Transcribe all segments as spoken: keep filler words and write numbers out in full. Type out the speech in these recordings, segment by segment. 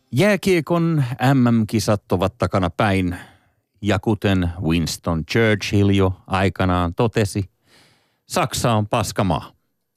Jääkiekon M M-kisat ovat takana päin, ja kuten Winston Churchill jo aikanaan totesi, Saksa on paskamaa.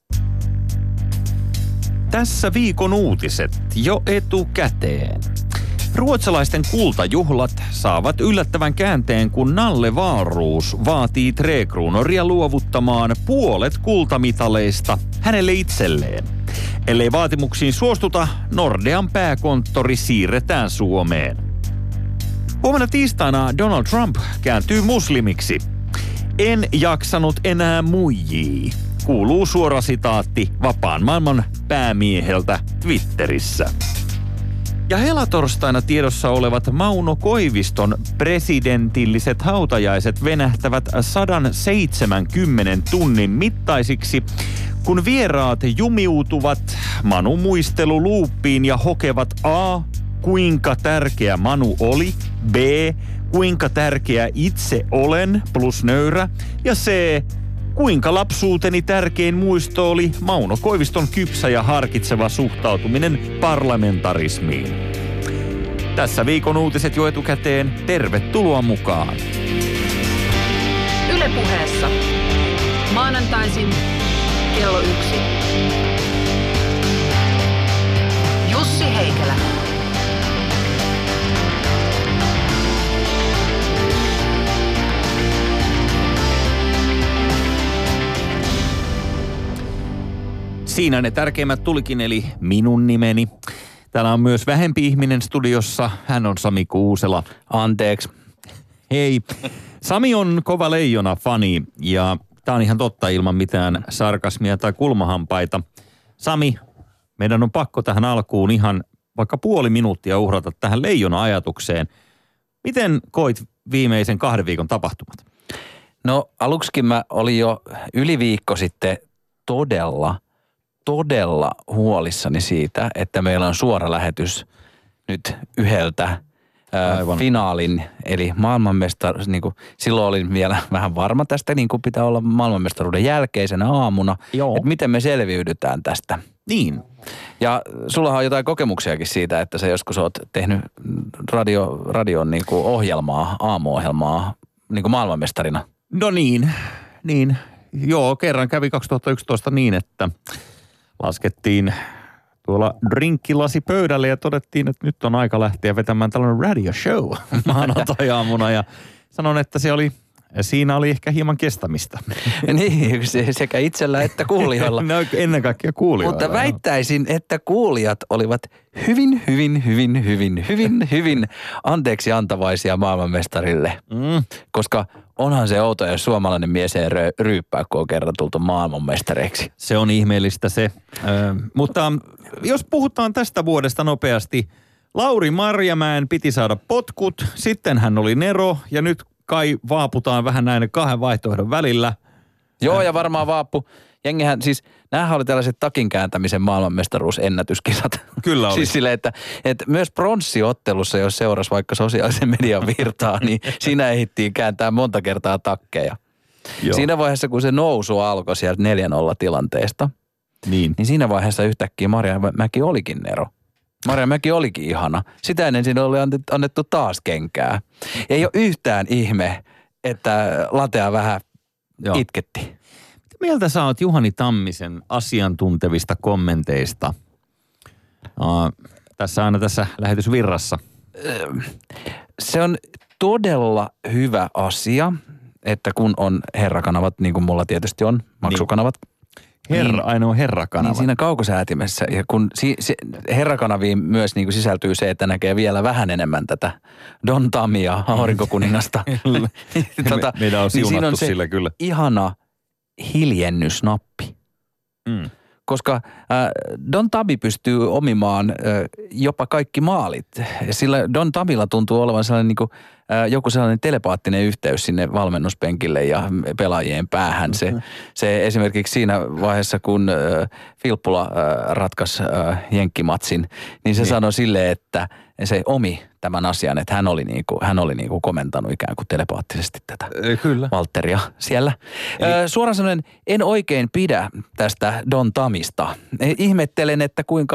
Tässä viikon uutiset jo etukäteen. Ruotsalaisten kultajuhlat saavat yllättävän käänteen, kun Nalle Wahlroos vaatii Tre Kruunoria luovuttamaan puolet kultamitaleista hänelle itselleen. Ellei vaatimuksiin suostuta, Nordean pääkonttori siirretään Suomeen. Huomenna tiistaina Donald Trump kääntyy muslimiksi. En jaksanut enää muijii, kuuluu suora sitaatti vapaan maailman päämieheltä Twitterissä. Ja helatorstaina tiedossa olevat Mauno Koiviston presidentilliset hautajaiset venähtävät sata seitsemänkymmentä tunnin mittaisiksi, kun vieraat jumiutuvat Manu muisteluluuppiin ja hokevat A, kuinka tärkeä Manu oli, B, kuinka tärkeä itse olen plus nöyrä, ja C, kuinka lapsuuteni tärkein muisto oli Mauno Koiviston kypsä ja harkitseva suhtautuminen parlamentarismiin. Tässä viikon uutiset jo etukäteen. Tervetuloa mukaan. Yle Puheessa. Maanantaisin kello yksi. Jussi Heikelä. Siinä ne tärkeimmät tulikin, eli minun nimeni. Täällä on myös vähempi ihminen studiossa. Hän on Sami Kuusela. Anteeksi. Hei. Sami on kova Leijona-fani ja tää on ihan totta ilman mitään sarkasmia tai kulmahampaita. Sami, meidän on pakko tähän alkuun ihan vaikka puoli minuuttia uhrata tähän Leijona-ajatukseen. Miten koit viimeisen kahden viikon tapahtumat? No aluksikin mä olin jo yli viikko sitten todella, todella huolissani siitä, että meillä on suora lähetys nyt yhdeltä ää, finaalin, eli maailmanmestaruus, niin kuin silloin olin vielä vähän varma tästä, niin kuin pitää olla maailmanmestaruuden jälkeisenä aamuna, Joo. että miten me selviydytään tästä. Niin. Ja sullahan on jotain kokemuksiakin siitä, että sä joskus oot tehnyt radio, radion niin kuin ohjelmaa, aamuohjelmaa niin kuin maailmanmestarina. No niin, niin. Joo, kerran kävi kaksituhattayksitoista niin, että laskettiin tuolla drinkkilasi pöydälle ja todettiin, että nyt on aika lähteä vetämään tällainen radio show maanantai-aamuna ja sanon, että se oli, siinä oli ehkä hieman kestämistä. Niin, sekä itsellä että kuulijoilla. No ennen kaikkea kuulijoilla. Mutta väittäisin, että kuulijat olivat hyvin, hyvin, hyvin, hyvin, hyvin, hyvin anteeksi antavaisia maailmanmestarille. Mm. Koska onhan se outo, jos suomalainen mies ei ryyppää, kun on kerran tultu maailmanmestareiksi. Se on ihmeellistä se. Ö, mutta jos puhutaan tästä vuodesta nopeasti, Lauri Marjamäen piti saada potkut, sitten hän oli Nero ja nyt kai vaaputaan vähän näiden kahden vaihtoehdon välillä. Joo, ja varmaan vaappu. Jengihän, siis näähän oli tällaiset takin kääntämisen maailmanmestaruusennätyskisat. Kyllä oli. Siis silleen, että, että myös pronssiottelussa, jos seurasi vaikka sosiaalisen median virtaa, niin siinä ehdittiin kääntää monta kertaa takkeja. Joo. Siinä vaiheessa, kun se nousu alkoi sieltä neljä nolla tilanteesta, niin, niin siinä vaiheessa yhtäkkiä Marjamäki olikin Nero. Marjamäki olikin ihana. Sitä ennen siinä oli annettu taas kenkää. Ei ole yhtään ihme, että latea vähän Joo. itketti. Mitä mieltä sä oot Juhani Tammisen asiantuntevista kommenteista? Uh, tässä aina tässä lähetysvirrassa. Se on todella hyvä asia, että kun on herrakanavat, niin kuin mulla tietysti on, maksukanavat. Niin. Herra, niin, ainoa herrakanava. Niin siinä kaukosäätimessä. Ja kun si, si, herrakanaviin myös niin kuin sisältyy se, että näkee vielä vähän enemmän tätä Don Tamia, aurinkokuningasta. tota, Me, meidän on siunattu niin sillä kyllä. Ihana hiljennysnappi. Mm. Koska äh, Don Tami pystyy omimaan äh, jopa kaikki maalit. Sillä Don Tamilla tuntuu olevan sellainen niin kuin, äh, joku sellainen telepaattinen yhteys sinne valmennuspenkille ja pelaajien päähän. Se, mm-hmm. se esimerkiksi siinä vaiheessa, kun äh, Filppula äh, ratkaisi äh, jenkkimatsin, niin se niin. sanoi silleen, että se omi tämän asian, että hän oli, niinku, hän oli niinku komentanut ikään kuin telepaattisesti tätä Kyllä. Valtteria siellä. Eli... Ö, suoraan sanoen, en oikein pidä tästä Don Tamista. Ihmettelen, että kuinka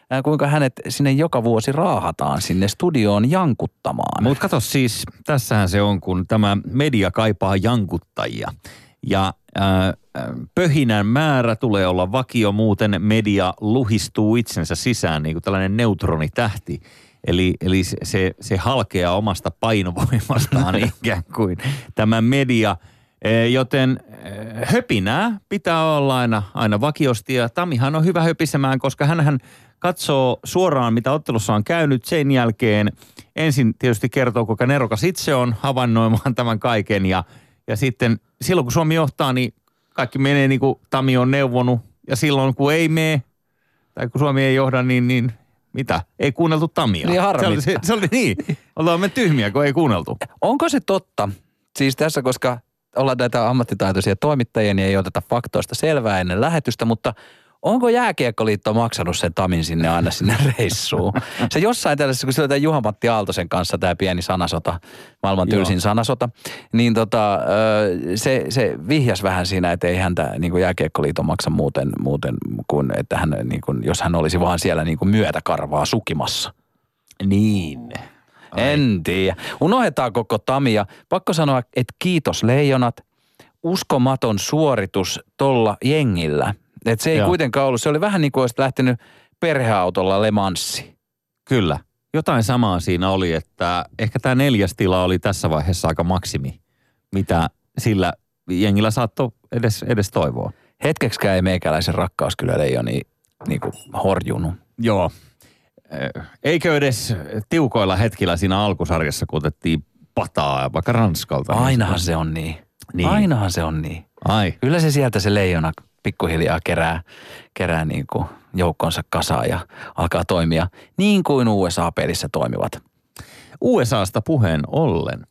ää, kuinka hänet sinne joka vuosi raahataan sinne studioon jankuttamaan. Mutta kato siis, tässähän se on, kun tämä media kaipaa jankuttajia. Ja äh, pöhinän määrä tulee olla vakio, muuten media luhistuu itsensä sisään niin kuin tällainen neutronitähti. Eli, eli se, se halkeaa omasta painovoimastaan ikään kuin tämä media. Joten höpinää pitää olla aina, aina vakiosti ja Tamihan on hyvä höpisemään, koska hänhän katsoo suoraan, mitä ottelussa on käynyt. Sen jälkeen ensin tietysti kertoo, kuinka nerokas itse on havainnoimaan tämän kaiken ja, ja sitten silloin, kun Suomi johtaa, niin kaikki menee niin kuin Tami on neuvonut ja silloin, kun ei mene tai kun Suomi ei johda, niin, niin mitä? Ei kuunneltu Tamia. Niin harmittaa. Se, se, se oli niin. Ollaan me tyhmiä, kun ei kuunneltu. Onko se totta? Siis tässä, koska ollaan näitä ammattitaitoisia toimittajia, niin ei oteta faktoista selvää ennen lähetystä, mutta onko Jääkiekkoliitto maksanut sen Tamin sinne aina sinne reissuun? Se jossain tällaisessa, kun sillä oli Juha-Matti Aaltosen kanssa tämä pieni sanasota, maailman tylsin sanasota, niin tota, se, se vihjas vähän siinä, että ei häntä niin kuin Jääkiekkoliitto maksa muuten, muuten kuin, että hän, niin kuin, jos hän olisi vaan siellä niin kuin myötäkarvaa sukimassa. Niin. Ai. En tiedä. Unohdetaan koko Tamia. Pakko sanoa, että kiitos Leijonat. Uskomaton suoritus tolla jengillä. Että se ei Joo. kuitenkaan ollut. Se oli vähän niin kuin olisit lähtenyt perheautolla Le Mansiin. Kyllä. Jotain samaa siinä oli, että ehkä tämä neljäs tila oli tässä vaiheessa aika maksimi, mitä sillä jengillä saattoi edes, edes toivoa. Hetkeksikään ei meikäläisen rakkaus kyllä Leijoni niin kuin horjunut. Joo. Eikö edes tiukoilla hetkillä siinä alkusarjassa, kun otettiin pataa vaikka Ranskalta? Ainahan niin se on niin. niin. Ainahan se on niin. Ai. Kyllä se sieltä se Leijona pikkuhiljaa kerää, kerää niin kuin joukkonsa kasaan ja alkaa toimia niin kuin U S A-pelissä toimivat. U S A:sta puheen ollen.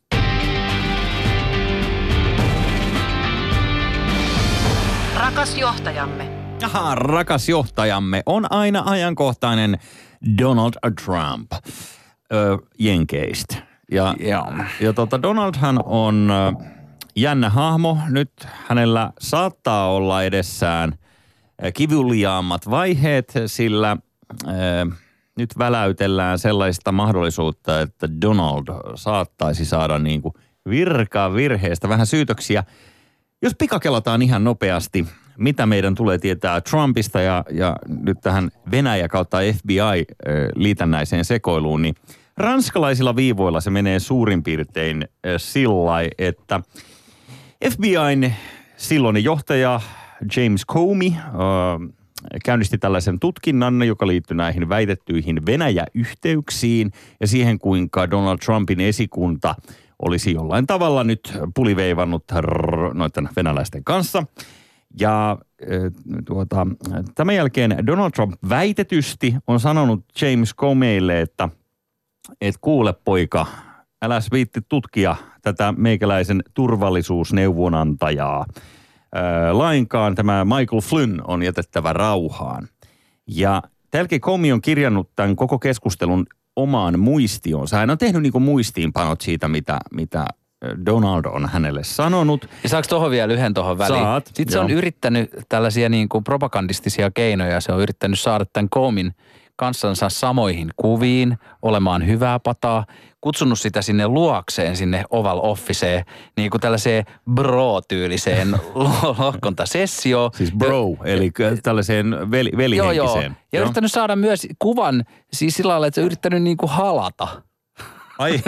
Rakas johtajamme. Aha, rakas johtajamme on aina ajankohtainen Donald Trump ö, Jenkeistä. Ja, ja tota, Donaldhan on ö, jännä hahmo. Nyt hänellä saattaa olla edessään ö, kivuliaammat vaiheet, sillä ö, nyt väläytellään sellaista mahdollisuutta, että Donald saattaisi saada niin kuin virkaa virheestä vähän syytöksiä. Jos pikakelataan ihan nopeasti, mitä meidän tulee tietää Trumpista ja, ja nyt tähän Venäjä kautta F B I-liitännäiseen sekoiluun, niin ranskalaisilla viivoilla se menee suurin piirtein sillai, että F B I:n silloinen johtaja James Comey äh, käynnisti tällaisen tutkinnan, joka liittyi näihin väitettyihin Venäjä-yhteyksiin ja siihen, kuinka Donald Trumpin esikunta olisi jollain tavalla nyt puliveivannut noiden venäläisten kanssa. Ja tuota, tämän jälkeen Donald Trump väitetysti on sanonut James Comeylle, että et kuule poika, äläs viitti tutkia tätä meikäläisen turvallisuusneuvonantajaa. Ää, lainkaan tämä Michael Flynn on jätettävä rauhaan. Ja tälläkin Comey on kirjannut tämän koko keskustelun omaan muistionsa. Hän on tehnyt niin kuin muistiinpanot siitä, mitä, mitä Donald on hänelle sanonut. Ja saako tuohon vielä yhden tuohon väliin? Saat, Sitten se on joo. yrittänyt tällaisia niin kuin propagandistisia keinoja. Se on yrittänyt saada tämän Comeyn kanssansa samoihin kuviin, olemaan hyvää pataa, kutsunut sitä sinne luokseen, sinne Oval Officeen, niin kuin tällaiseen bro-tyyliseen lohkontasessioon. Siis bro, eli tällaiseen veli, velihenkiseen. Joo, joo. Ja joo. Yrittänyt saada myös kuvan, siis sillä lailla, että se on yrittänyt niin kuin halata. Ai,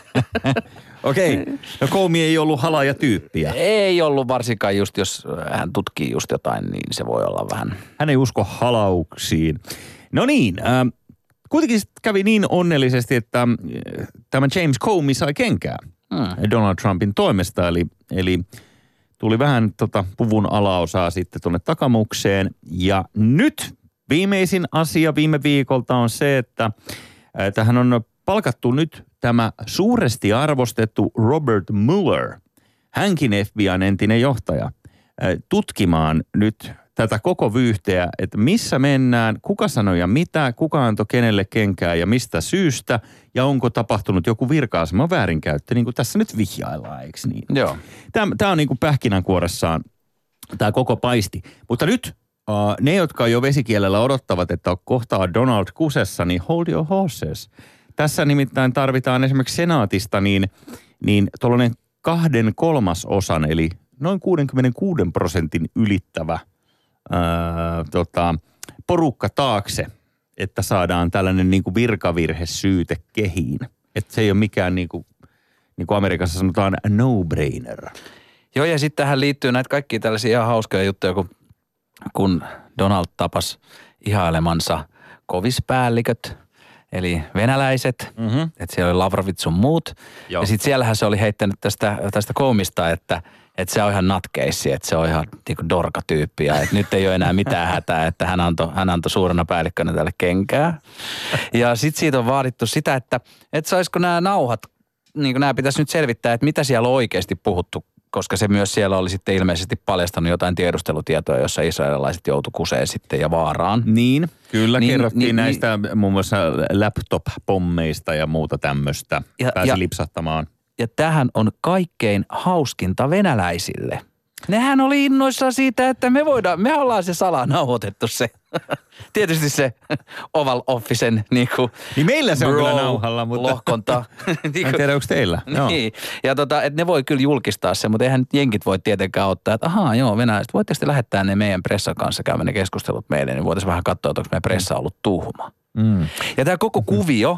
okei. Okay. No Comey ei ollut halaaja-tyyppiä. Ei ollut varsinkaan just, jos hän tutkii just jotain, niin se voi olla vähän. Hän ei usko halauksiin. No niin, äh, kuitenkin kävi niin onnellisesti, että äh, tämä James Comey sai kenkää hmm. Donald Trumpin toimesta. Eli, eli tuli vähän tota puvun alaosaa sitten tuonne takamukseen. Ja nyt viimeisin asia viime viikolta on se, että äh, tähän on palkattu nyt tämä suuresti arvostettu Robert Mueller, hänkin F B I:n entinen johtaja, äh, tutkimaan nyt tätä koko vyyhteä, että missä mennään, kuka sanoi ja mitä, kuka antoi kenelle kenkää ja mistä syystä, ja onko tapahtunut joku virka-aseman väärinkäyttö, niin kuin tässä nyt vihjaillaan, eikö niin? Joo. Tämä, tämä on niin kuin pähkinänkuoressaan tämä koko paisti. Mutta nyt Uh, ne, jotka jo vesikielellä odottavat, että kohtaa Donald kusessa, niin hold your horses. Tässä nimittäin tarvitaan esimerkiksi senaatista niin, niin tuollainen kahden kolmasosan, eli noin kuusikymmentäkuusi prosentin ylittävä ää, tota, porukka taakse, että saadaan tällainen niin kuin virkavirhesyyte kehiin. Että se ei ole mikään, niin kuin, niin kuin Amerikassa sanotaan, no-brainer. Joo, ja sitten tähän liittyy näitä kaikkia tällaisia ihan hauskoja juttuja, kun, kun Donald tapas ihailemansa kovispäälliköt, eli venäläiset, mm-hmm. että siellä oli Lavrovit sun muut. Joo. Ja sitten siellähän se oli heittänyt tästä, tästä koomista, että, että se on ihan natkeissi, että se on ihan niinku dorkatyyppi ja että nyt ei ole enää mitään hätää, että hän antoi, hän antoi suurena päällikkönä tälle kenkää. Ja sitten siitä on vaadittu sitä, että, että saisiko nämä nauhat, niin kuin nämä pitäisi nyt selvittää, että mitä siellä on oikeasti puhuttu, koska se myös siellä oli sitten ilmeisesti paljastanut jotain tiedustelutietoja, jossa israelilaiset joutu kuseen sitten ja vaaraan. Niin, kyllä niin, kerrottiin niin, näistä niin, muun muassa laptop-pommeista ja muuta tämmöistä. Ja, Pääsi ja, lipsahtamaan. Ja tähän on kaikkein hauskinta venäläisille. Nehän oli innoissaan siitä, että me voidaan, me ollaan se salanauhoitettu se. Tietysti se Oval Officen niinku niin meillä se on kyllä nauhalla, mutta lohkonta. Niin en tiedä, onko teillä. Niin. Ja tota, että ne voi kyllä julkistaa sen, mutta eihän nyt jenkit voi tietenkään ottaa, että ahaa joo, venäläiset, voitteko te lähettää ne meidän pressan kanssa käymään ne keskustelut meille, niin voitaisiin vähän katsoa, että onko meidän pressa ollut tuhma. Mm. Ja tämä koko kuvio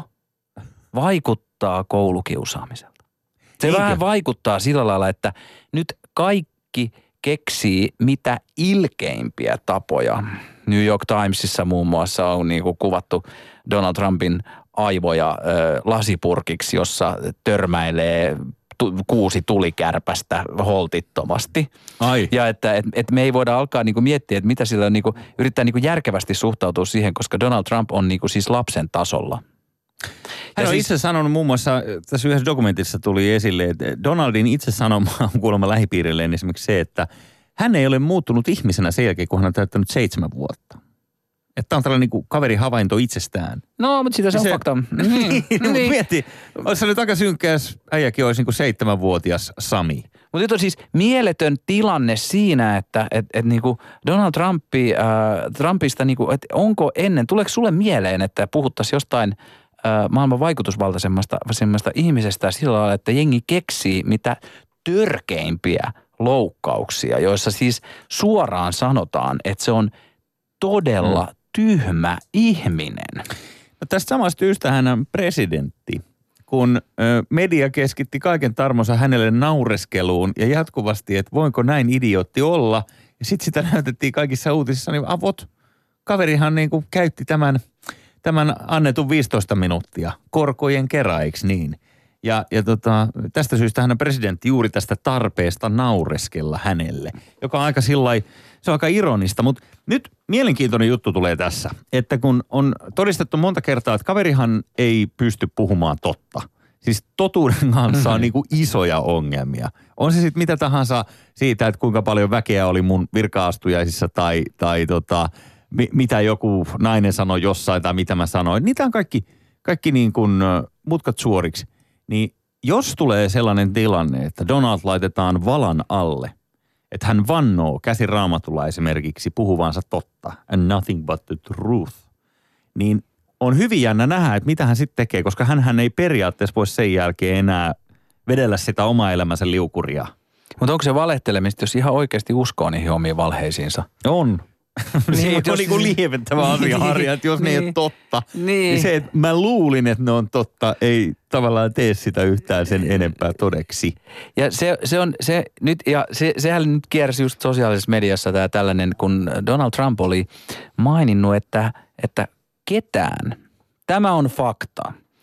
vaikuttaa koulukiusaamiselta. Se Eikö? vähän vaikuttaa sillä lailla, että nyt kaikki keksii mitä ilkeimpiä tapoja. New York Timesissa muun muassa on niinku kuvattu Donald Trumpin aivoja ö, lasipurkiksi, jossa törmäilee tu, kuusi tulikärpästä holtittomasti. Ai. Ja että et, et me ei voida alkaa niinku miettiä, että mitä sillä on, niinku, yrittää niinku järkevästi suhtautua siihen, koska Donald Trump on niinku siis lapsen tasolla. Hän on siis itse sanonut muun muassa, tässä yhdessä dokumentissa tuli esille, että Donaldin itse sanoma on kuulemma lähipiirilleen esimerkiksi se, että hän ei ole muuttunut ihmisenä sen jälkeen, kun hän on täyttänyt seitsemän vuotta. Että tämä on tällainen niin kuin kaverin havainto itsestään. No, mutta sitä se on se, fakta. Niin, no, niin. Mieti, olisi se nyt aika synkkääs, äijäkin olisi niin kuin seitsemänvuotias Sami. Mutta nyt on siis mieletön tilanne siinä, että et, et niinku Donald Trumpi, äh, Trumpista, niinku, että onko ennen, tuleeko sulle mieleen, että puhuttaisiin jostain äh, maailman vaikutusvaltaisemmasta semmoista ihmisestä sillä lailla, että jengi keksii mitä törkeimpiä loukkauksia, joissa siis suoraan sanotaan, että se on todella hmm. tyhmä ihminen. No tästä samasta syystä hän on presidentti, kun ö, media keskitti kaiken tarmonsa hänelle naureskeluun ja jatkuvasti, että voinko näin idiootti olla. Ja sitten sitä näytettiin kaikissa uutisissa, niin avot. Kaverihan niin kuin käytti tämän, tämän annetun viisitoista minuuttia korkojen keräiksi niin. Ja, ja tota, tästä syystä hän on presidentti juuri tästä tarpeesta naureskella hänelle, joka on aika sillai, se on aika ironista. Mutta nyt mielenkiintoinen juttu tulee tässä, että kun on todistettu monta kertaa, että kaverihan ei pysty puhumaan totta. Siis totuuden kanssa on niinku isoja ongelmia. On se sitten mitä tahansa siitä, että kuinka paljon väkeä oli mun virka-astujaisissa tai, tai tota, mi, mitä joku nainen sanoi jossain tai mitä mä sanoin. Niitä on kaikki, kaikki niin kuin mutkat suoriksi. Niin jos tulee sellainen tilanne, että Donald laitetaan valan alle, että hän vannoo käsiraamatulla esimerkiksi puhuvansa totta, and nothing but the truth, niin on hyvin jännä nähdä, että mitä hän sitten tekee, koska hänhän ei periaatteessa voi sen jälkeen enää vedellä sitä omaa elämänsä liukuria. Mutta onko se valehtelemista, jos ihan oikeasti uskoo niihin omiin valheisiinsa? On. Niin, se on niin kuin lieventävä asia, Harja, että jos niin, ne ei ole totta, niin. niin se, että mä luulin, että ne on totta, ei tavallaan tee sitä yhtään sen enempää todeksi. Ja se, se on se nyt, ja se, sehän nyt kiersi just sosiaalisessa mediassa tämä tällainen, kun Donald Trump oli maininnut, että, että ketään, tämä on fakta,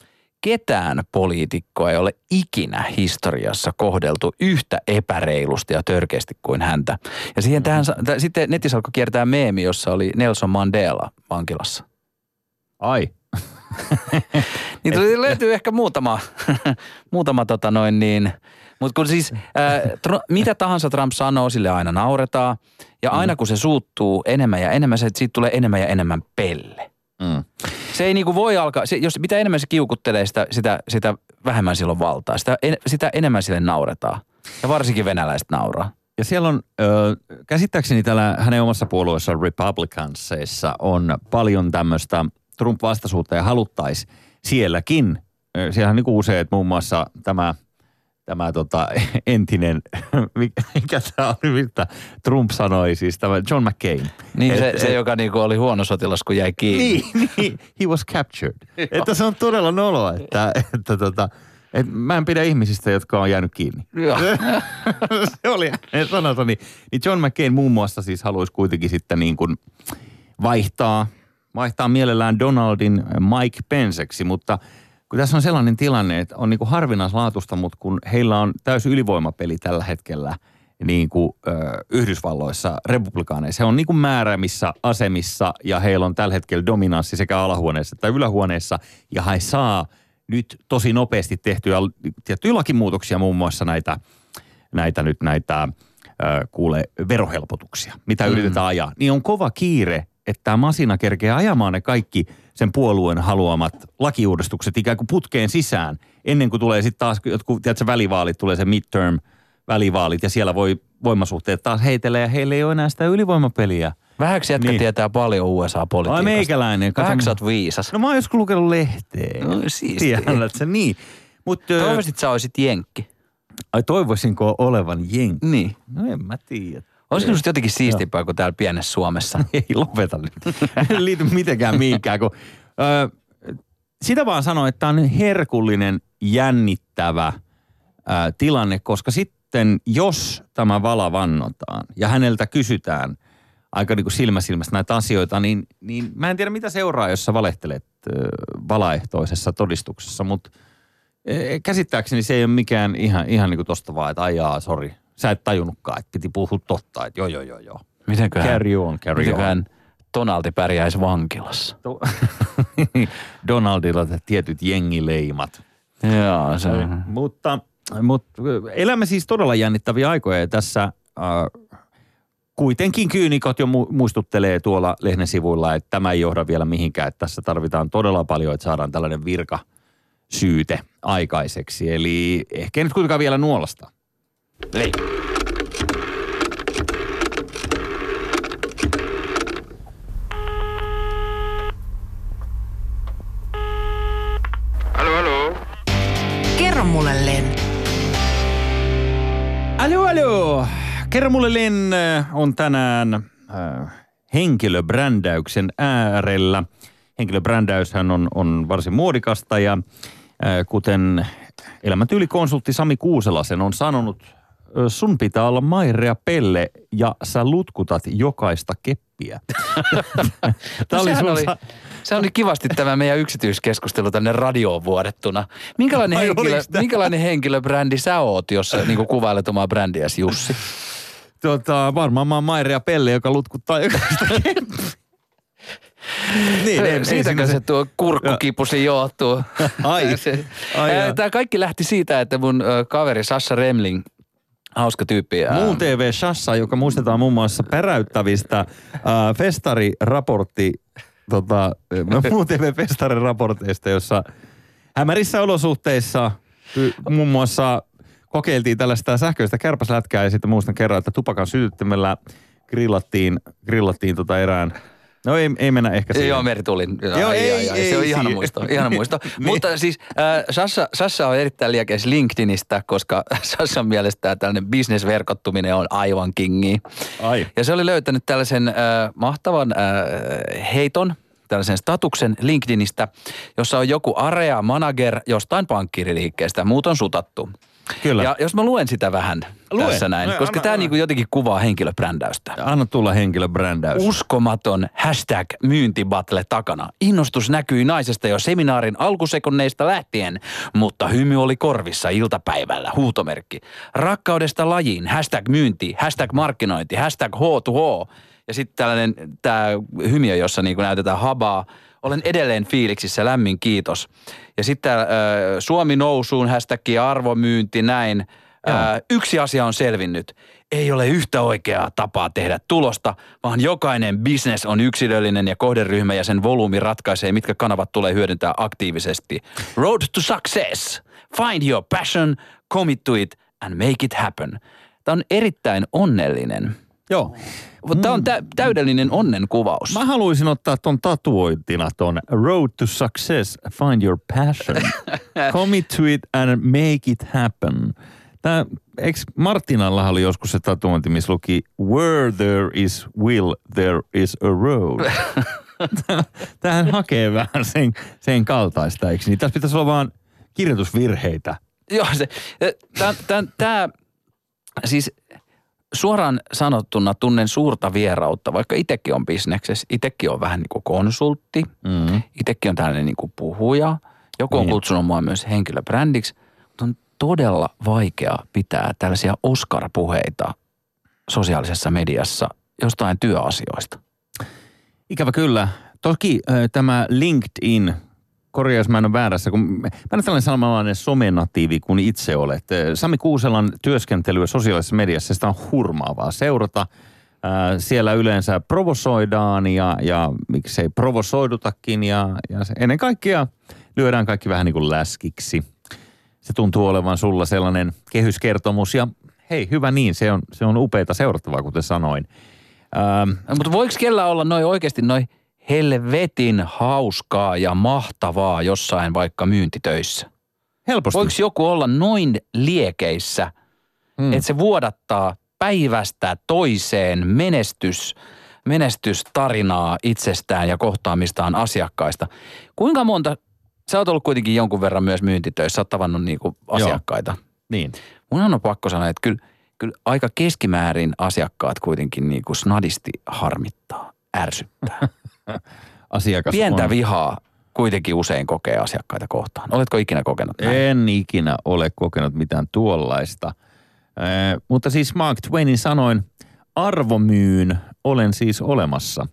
ketään poliitikkoa ei ole ikinä historiassa kohdeltu yhtä epäreilusti ja törkeästi kuin häntä. Ja siihen tähän, t- sitten netissä alkoi kiertää meemi, jossa oli Nelson Mandela vankilassa. Ai. Niin tuli, löytyy ehkä muutama, muutama tota noin niin, mutta kun siis ää, tr- mitä tahansa Trump sanoo, sille aina nauretaan. Ja aina kun se suuttuu enemmän ja enemmän, se, siitä tulee enemmän ja enemmän pelle. Mm. Se ei niinku voi alkaa, se, jos mitä enemmän se kiukuttelee, sitä, sitä, sitä vähemmän silloin valtaa. Sitä, en, sitä enemmän sille nauretaan. Ja varsinkin venäläiset nauraa. Ja siellä on, ö, käsittääkseni täällä hänen omassa puolueessaan Republicansseissa on paljon tämmöistä Trump-vastaisuutta ja haluttaisi sielläkin. Siellä on niin kuin useat, muun muassa tämä, tämä tota, entinen, mikä tämä oli, mitä Trump sanoi, siis tämä John McCain. Niin, et, se, se et, joka niinku oli huono sotilas, kun jäi kiinni. Niin, niin, he was captured. Että se on todella noloa, että, että tota, et mä en pidä ihmisistä, jotka on jäänyt kiinni. Se oli hänen sanonsa. Niin, niin John McCain muun muassa siis haluaisi kuitenkin sitten niin kuin vaihtaa, vaihtaa mielellään Donaldin Mike Penceksi, mutta kun tässä on sellainen tilanne, että on niin kuin harvinaislaatusta, mutta kun heillä on täysi ylivoimapeli tällä hetkellä niin kuin ö, Yhdysvalloissa republikaaneissa. He on niin kuin määräämissä asemissa ja heillä on tällä hetkellä dominanssi sekä alahuoneessa että ylähuoneessa ja he saa nyt tosi nopeasti tehtyjä tiettyjä lakimuutoksia, muun muassa näitä, näitä nyt näitä, äh, kuule, verohelpotuksia, mitä mm. yritetään ajaa. Niin on kova kiire, että tämä masina kerkeää ajamaan ne kaikki sen puolueen haluamat lakiuudistukset ikään kuin putkeen sisään, ennen kuin tulee sitten taas jotkut, tiedätkö, välivaalit, tulee se midterm välivaalit ja siellä voi voimasuhteet taas heitellä ja heillä ei ole enää sitä ylivoimapeliä. Vähäksi jätkä niin tietää paljon U S A-politiikasta. Ai meikäläinen. Vähäksi oot viisas. No mä oon joskus lukenut lehteen. No siistiä. Tiedätkö, niin. Mut, toivoisit sä olisit jenkki. Ai toivoisinko olevan jenkki? Niin. No en mä tiedä. Olisiko susta jotenkin siistimpää kuin täällä pienessä Suomessa? Ei lopeta nyt. Ei liity mitenkään mihinkään. Kun, ö, sitä vaan sanoa, että tämä on herkullinen, jännittävä ö, tilanne, koska sitten jos tämä vala vannotaan ja häneltä kysytään aika niin kuin silmä silmästä näitä asioita, niin, niin mä en tiedä mitä seuraa, jos sä valehtelet ö, valaehtoisessa todistuksessa, mutta käsittääkseni se ei ole mikään ihan, ihan niin kuin tosta vaan, että aijaa, sori. Sä et tajunnutkaan, että piti puhua totta, että joo, joo, joo, joo. Mitenköhän, carry on, carry mitenköhän on. Donaldi pärjäisi vankilassa? Donaldilla tietyt jengileimat. Joo, se on. Mutta, mutta elämme siis todella jännittäviä aikoja ja tässä äh, kuitenkin kyynikot jo mu- muistuttelee tuolla lehden sivuilla, että tämä ei johda vielä mihinkään, että tässä tarvitaan todella paljon, että saadaan tällainen virkasyyte aikaiseksi. Eli ehkä ei nyt kuitenkaan vielä nuolasta. Ei. Alo, alo. Kerro mulle, Len. Alo, alo. Kerro mulle, Len on tänään äh, henkilöbrändäyksen äärellä. Henkilöbrändäyshän on, on varsin muodikasta ja äh, kuten elämäntyylikonsultti Sami Kuuselasen on sanonut, sun pitää olla Mairea Pelle ja sä lutkutat jokaista keppiä. No, sehän oli, se oli kivasti tämä meidän yksityiskeskustelu tänne radioon vuodettuna. Minkälainen, henkilö, minkälainen henkilöbrändi sä oot, jos sä niin kuvailet omaa brändiäsi, Jussi? Tota, varmaan mä oon Mairea Pelle, joka lutkuttaa jokaista keppiä. Niin, ei, siitäkö se, se tuo kurkkukipusi johtuu? Ai, se, ai Tämä kaikki lähti siitä, että mun kaveri Sasha Remling, hauska tyyppi. Muun T V Shassa, joka muistetaan muun muassa peräyttävistä äh, festariraportti, tota, Muun T V festariraporteista, jossa hämärissä olosuhteissa muun muassa kokeiltiin tällaista sähköistä kärpäslätkää ja sitten muistan kerran, että tupakan sytyttämällä grillattiin, grillattiin tota erään. No ei, ei mennä ehkä siihen. Joo, Meritulin. Joo, Joo, ei, ei, ei, se on ei ihana muisto, ihana muisto. niin. Mutta siis äh, Sassa, Sassa on erittäin liekeis LinkedInistä, koska Sassan mielestä tällainen bisnesverkottuminen on aivan kingi. Ai. Ja se oli löytänyt tällaisen äh, mahtavan äh, heiton, tällaisen statuksen LinkedInistä, jossa on joku area manager jostain pankkiriliikkeestä. Muut on sutattu. Kyllä. Ja jos mä luen sitä vähän Lue. tässä näin, no, koska tämä niinku jotenkin kuvaa henkilöbrändäystä. Anna tulla henkilöbrändäys. Uskomaton hashtag myyntibattle takana. Innostus näkyi naisesta jo seminaarin alkusekonneista lähtien, mutta hymy oli korvissa iltapäivällä. Huutomerkki. Rakkaudesta lajiin, hashtag myynti, hashtag markkinointi, hashtag H to H. Ja sitten tällainen tämä hymiö, jossa niinku näytetään habaa. Olen edelleen fiiliksissä, lämmin kiitos. Ja sitten äh, Suomi nousuun, hashtag arvomyynti, näin. Äh, yksi asia on selvinnyt. Ei ole yhtä oikeaa tapaa tehdä tulosta, vaan jokainen business on yksilöllinen ja kohderyhmä ja sen volyymi ratkaisee, mitkä kanavat tulee hyödyntää aktiivisesti. Road to success. Find your passion, commit to it and make it happen. Tää on erittäin onnellinen. Joo. Tämä on tä- täydellinen onnenkuvaus. Mä haluaisin ottaa ton tatuointina ton Road to Success, Find Your Passion. Commit to it and make it happen. Tää, eikö Martinalla oli joskus se tatuointi, missä luki Where there is will, there is a road. Tämähän hakee vähän sen, sen kaltaista, eikö niin? Tässä pitäisi olla vaan kirjoitusvirheitä. Joo, se, tämä, siis suoraan sanottuna tunnen suurta vierautta, vaikka itsekin on bisneksessä, itsekin on vähän niin kuin konsultti, mm-hmm. itsekin on tällainen niin kuin puhuja, joku on niin. kutsunut mua myös henkilöbrändiksi, mutta on todella vaikea pitää tällaisia Oscar-puheita sosiaalisessa mediassa jostain työasioista. Ikävä kyllä. Toki äh, tämä LinkedIn, korjaa jos mä en ole väärässä, kun mä en tällainen samanlainen somenatiivi kuin itse olet. Sami Kuuselan työskentelyä sosiaalisessa mediassa, sitä on hurmaavaa seurata. Äh, siellä yleensä provosoidaan ja, ja miksei provosoidutakin ja, ja se, ennen kaikkea lyödään kaikki vähän niin kuin läskiksi. Se tuntuu olevan sulla sellainen kehyskertomus ja hei, hyvä niin, se on, se on upeita seurattavaa, kuten sanoin. Ähm, no, mutta voiko kellä olla noin oikeasti noin helvetin hauskaa ja mahtavaa jossain vaikka myyntitöissä? Helposti. Voiko joku olla noin liekeissä, hmm. että se vuodattaa päivästä toiseen menestys, menestystarinaa itsestään ja kohtaamistaan asiakkaista? Kuinka monta, sä oot ollut kuitenkin jonkun verran myös myyntitöissä, sä oot tavannut niinku asiakkaita. Joo. Niin. Mun on pakko sanoa, että kyllä, kyllä aika keskimäärin asiakkaat kuitenkin niinku snadisti harmittaa, ärsyttää. Asiakas Pientä on. vihaa kuitenkin usein kokee asiakkaita kohtaan. Oletko ikinä kokenut näin? En ikinä ole kokenut mitään tuollaista. Äh, mutta siis Mark Twainin sanoin, arvomyyn olen siis olemassa.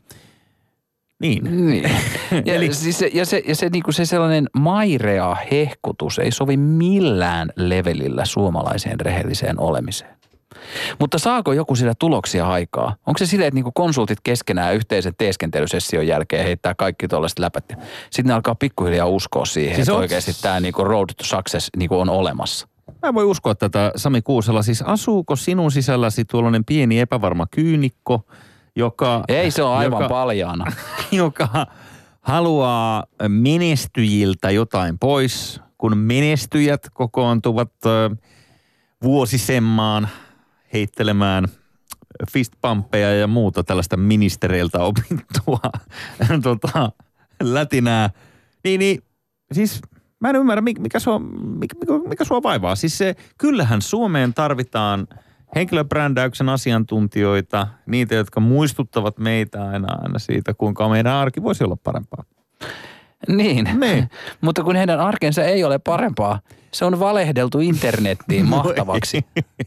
Niin. niin. Ja, Eli... siis se, ja se, ja se, niinku se sellainen mairea hehkutus ei sovi millään levelillä suomalaiseen rehelliseen olemiseen. Mutta saako joku sitä tuloksia aikaa? Onko se silleen, että niinku konsultit keskenään yhteisen teeskentelysession jälkeen heittää kaikki tuollaiset läpät? Sitten ne alkaa pikkuhiljaa uskoa siihen, siis että on... oikeasti tämä niinku road to success niinku on olemassa. Mä voin uskoa tätä, Sami Kuusela. Siis asuuko sinun sisälläsi tuollainen pieni epävarma kyynikko, joka... Ei, se on aivan joka, paljaana. joka haluaa menestyjiltä jotain pois, kun menestyjät kokoontuvat vuosisemmaan heittelemään fistpumpeja ja muuta tällaista ministereiltä opittua tota, lätinää. Niin, niin, siis mä en ymmärrä, mikä sua, mikä, mikä sua vaivaa. Siis se, kyllähän Suomeen tarvitaan henkilöbrändäyksen asiantuntijoita, niitä, jotka muistuttavat meitä aina, aina siitä, kuinka meidän arki voisi olla parempaa. Niin, niin. Mutta kun heidän arkensa ei ole parempaa, se on valehdeltu internettiin mahtavaksi.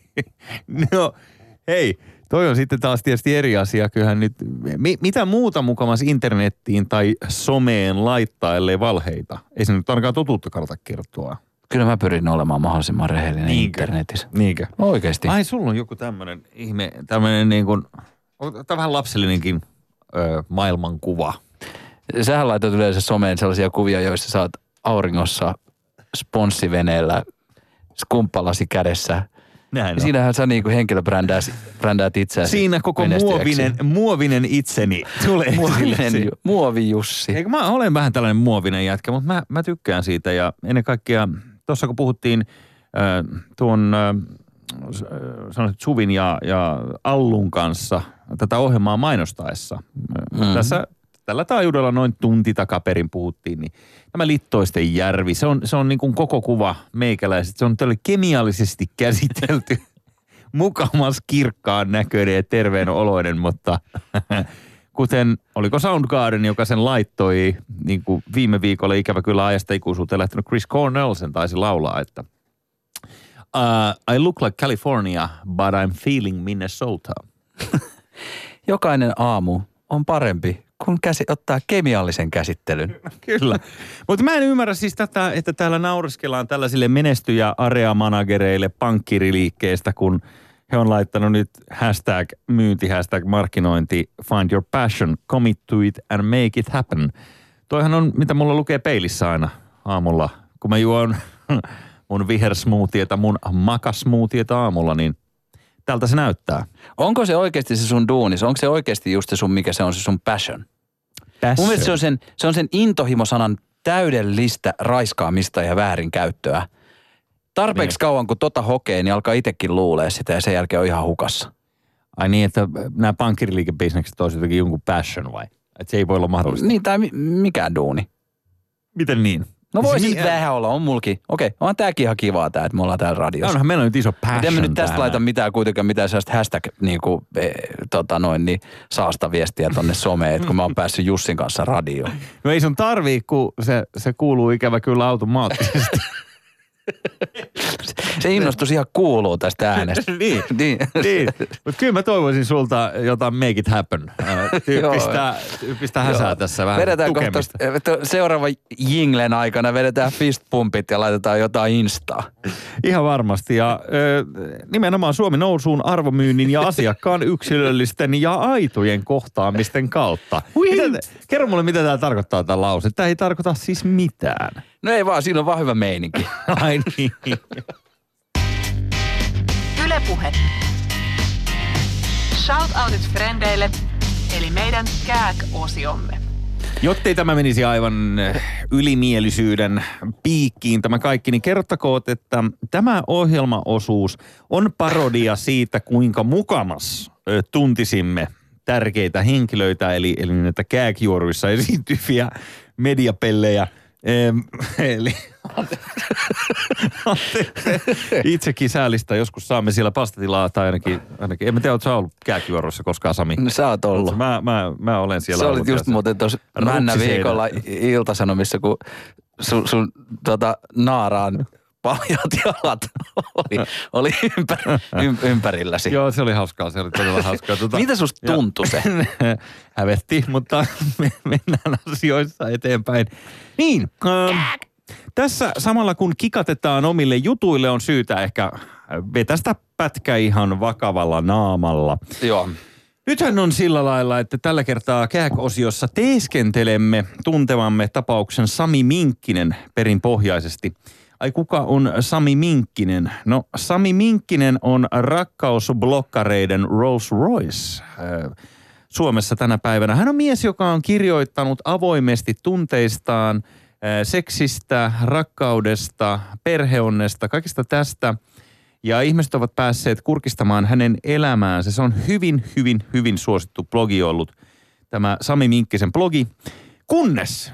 No, hei, toi on sitten taas tietysti eri asia. Kyllähän nyt, mi, mitä muuta mukamas internettiin tai someen laittaa, ellei valheita? Ei se nyt ainakaan totuutta kannata kertoa. Kyllä mä pyrin olemaan mahdollisimman rehellinen Niinkö? internetissä. Niinkö? Oikeesti. Ai, sulla on joku tämmönen ihme, tämmönen niin kuin, tämä on vähän lapsellinenkin ö, maailmankuva. Sähän laitat yleensä someen sellaisia kuvia, joissa sä oot auringossa sponssiveneellä skumppalasi kädessä. Näin on. Siinähän sä niinku henkilöbrändäät itseäsi. Siinä koko muovinen, muovinen itseni tulee. Muovinen, muovi Jussi. Eikö mä olen vähän tällainen muovinen jätkä, mutta mä, mä tykkään siitä ja ennen kaikkea tuossa kun puhuttiin äh, tuon äh, sanoisin Suvin ja, ja Allun kanssa tätä ohjelmaa mainostaessa. Mm-hmm. Tässä tällä taajuudella noin tunti takaperin puhuttiin, niin tämä Littoisten järvi, se on, se on niin kuin koko kuva meikäläiset. Se on tälle kemiallisesti käsitelty, mukamas kirkkaan näköinen ja terveen oloinen, mutta kuten, oliko Soundgarden, joka sen laittoi niin kuin viime viikolla ikävä kyllä ajasta ikuisuuteen lähtenyt Chris Cornell, sen taisi laulaa, että uh, I look like California, but I'm feeling Minnesota. Jokainen aamu on parempi, kun käsi ottaa kemiallisen käsittelyn. Kyllä. Mutta mä en ymmärrä siis tätä, että täällä nauriskellaan tällaisille menestyjä-area-managereille pankkiriliikkeestä, kun he on laittanut nyt hashtag myynti, hashtag markkinointi, find your passion, commit to it and make it happen. Toihan on, mitä mulla lukee peilissä aina aamulla, kun mä juon mun vihersmoothieta, mun makasmoothieta aamulla, niin tältä se näyttää. Onko se oikeasti se sun duunis? Onko se oikeasti just se sun, mikä se on se sun passion? passion. Mun mielestä se on sen, se on sen intohimosanan täydellistä raiskaamista ja väärinkäyttöä. Tarpeeksi niin. kauan kun tota hokee, niin alkaa itsekin luulee sitä ja sen jälkeen on ihan hukassa. Ai niin, että nämä pankkiriliikebisnekset olisi jotenkin jonkun passion vai? Että se ei voi olla mahdollista. Niin, tai mikään duuni. Miten niin? No voisi niin, niin, vähän olla, on mulki. Okei, onhan tääkin ihan kivaa tää, että me ollaan täällä radiossa. Onhan meillä nyt iso passion. En mä nyt tästä tähän. laita mitään kuitenkaan mitään sellaista hashtag niinku, e, tota noin, niin saasta viestiä tonne someen, että kun mä oon päässyt Jussin kanssa radioon. No ei sun tarvii, kun se, se kuuluu ikävä kyllä automaattisesti. Se innostus ihan kuuluu tästä äänestä. niin, niin. niin. Mutta kyllä mä toivoisin sulta jotain make it happen. Tyyppistä, tyyppistä häsää tässä vähän vedetään tukemista. Kohta, seuraava jinglen aikana vedetään fistpumpit ja laitetaan jotain instaa. Ihan varmasti. Ja ö, nimenomaan Suomi nousuun arvomyynnin ja asiakkaan yksilöllisten ja aitojen kohtaamisten kautta. Mitä, kerro mulle, mitä tämä tarkoittaa tämä lause. Tämä ei tarkoita siis mitään. No ei vaan, siinä on vaan hyvä meininki. Ai niin. Yle Puhe. Shoutoutit frendeille, eli meidän kääk-osiomme. Jottei tämä menisi aivan ylimielisyyden piikkiin tämä kaikki, niin kerrottakoot, että tämä ohjelmaosuus on parodia siitä, kuinka mukamas tuntisimme tärkeitä henkilöitä, eli, eli näitä kääkjuoruissa esiintyviä mediapellejä. Ehm, eli itsekin säälistä joskus saamme siellä pastatilaa tai ainakin, ainakin en mä tiedä, ootko sä ollut kääkjuoruissa koskaan, Sami? No, sä oot ollut. Mä, mä, mä olen siellä Sä ollut. olit just muuten tuossa männä viikolla Ilta-Sanomissa, kun sun, sun tota, naaraan paljat jalat oli, oli ympäri, ym, ympärilläsi. Joo, se oli hauskaa, se oli todella hauskaa. Tuota, mitä susta tuntui se? Hävetti, mutta me mennään asioissa eteenpäin. Niin, ähm, tässä samalla kun kikatetaan omille jutuille, on syytä ehkä vetästä pätkä ihan vakavalla naamalla. Joo. Nythän on sillä lailla, että tällä kertaa Kääk-osiossa teeskentelemme tuntevamme tapauksen Sami Minkkinen perinpohjaisesti. Ai kuka on Sami Minkkinen? No Sami Minkkinen on rakkausblokkareiden Rolls Royce Suomessa tänä päivänä. Hän on mies, joka on kirjoittanut avoimesti tunteistaan, seksistä, rakkaudesta, perheonnesta, kaikesta tästä. Ja ihmiset ovat päässeet kurkistamaan hänen elämäänsä. Se on hyvin, hyvin, hyvin suosittu blogi ollut, tämä Sami Minkkisen blogi. Kunnes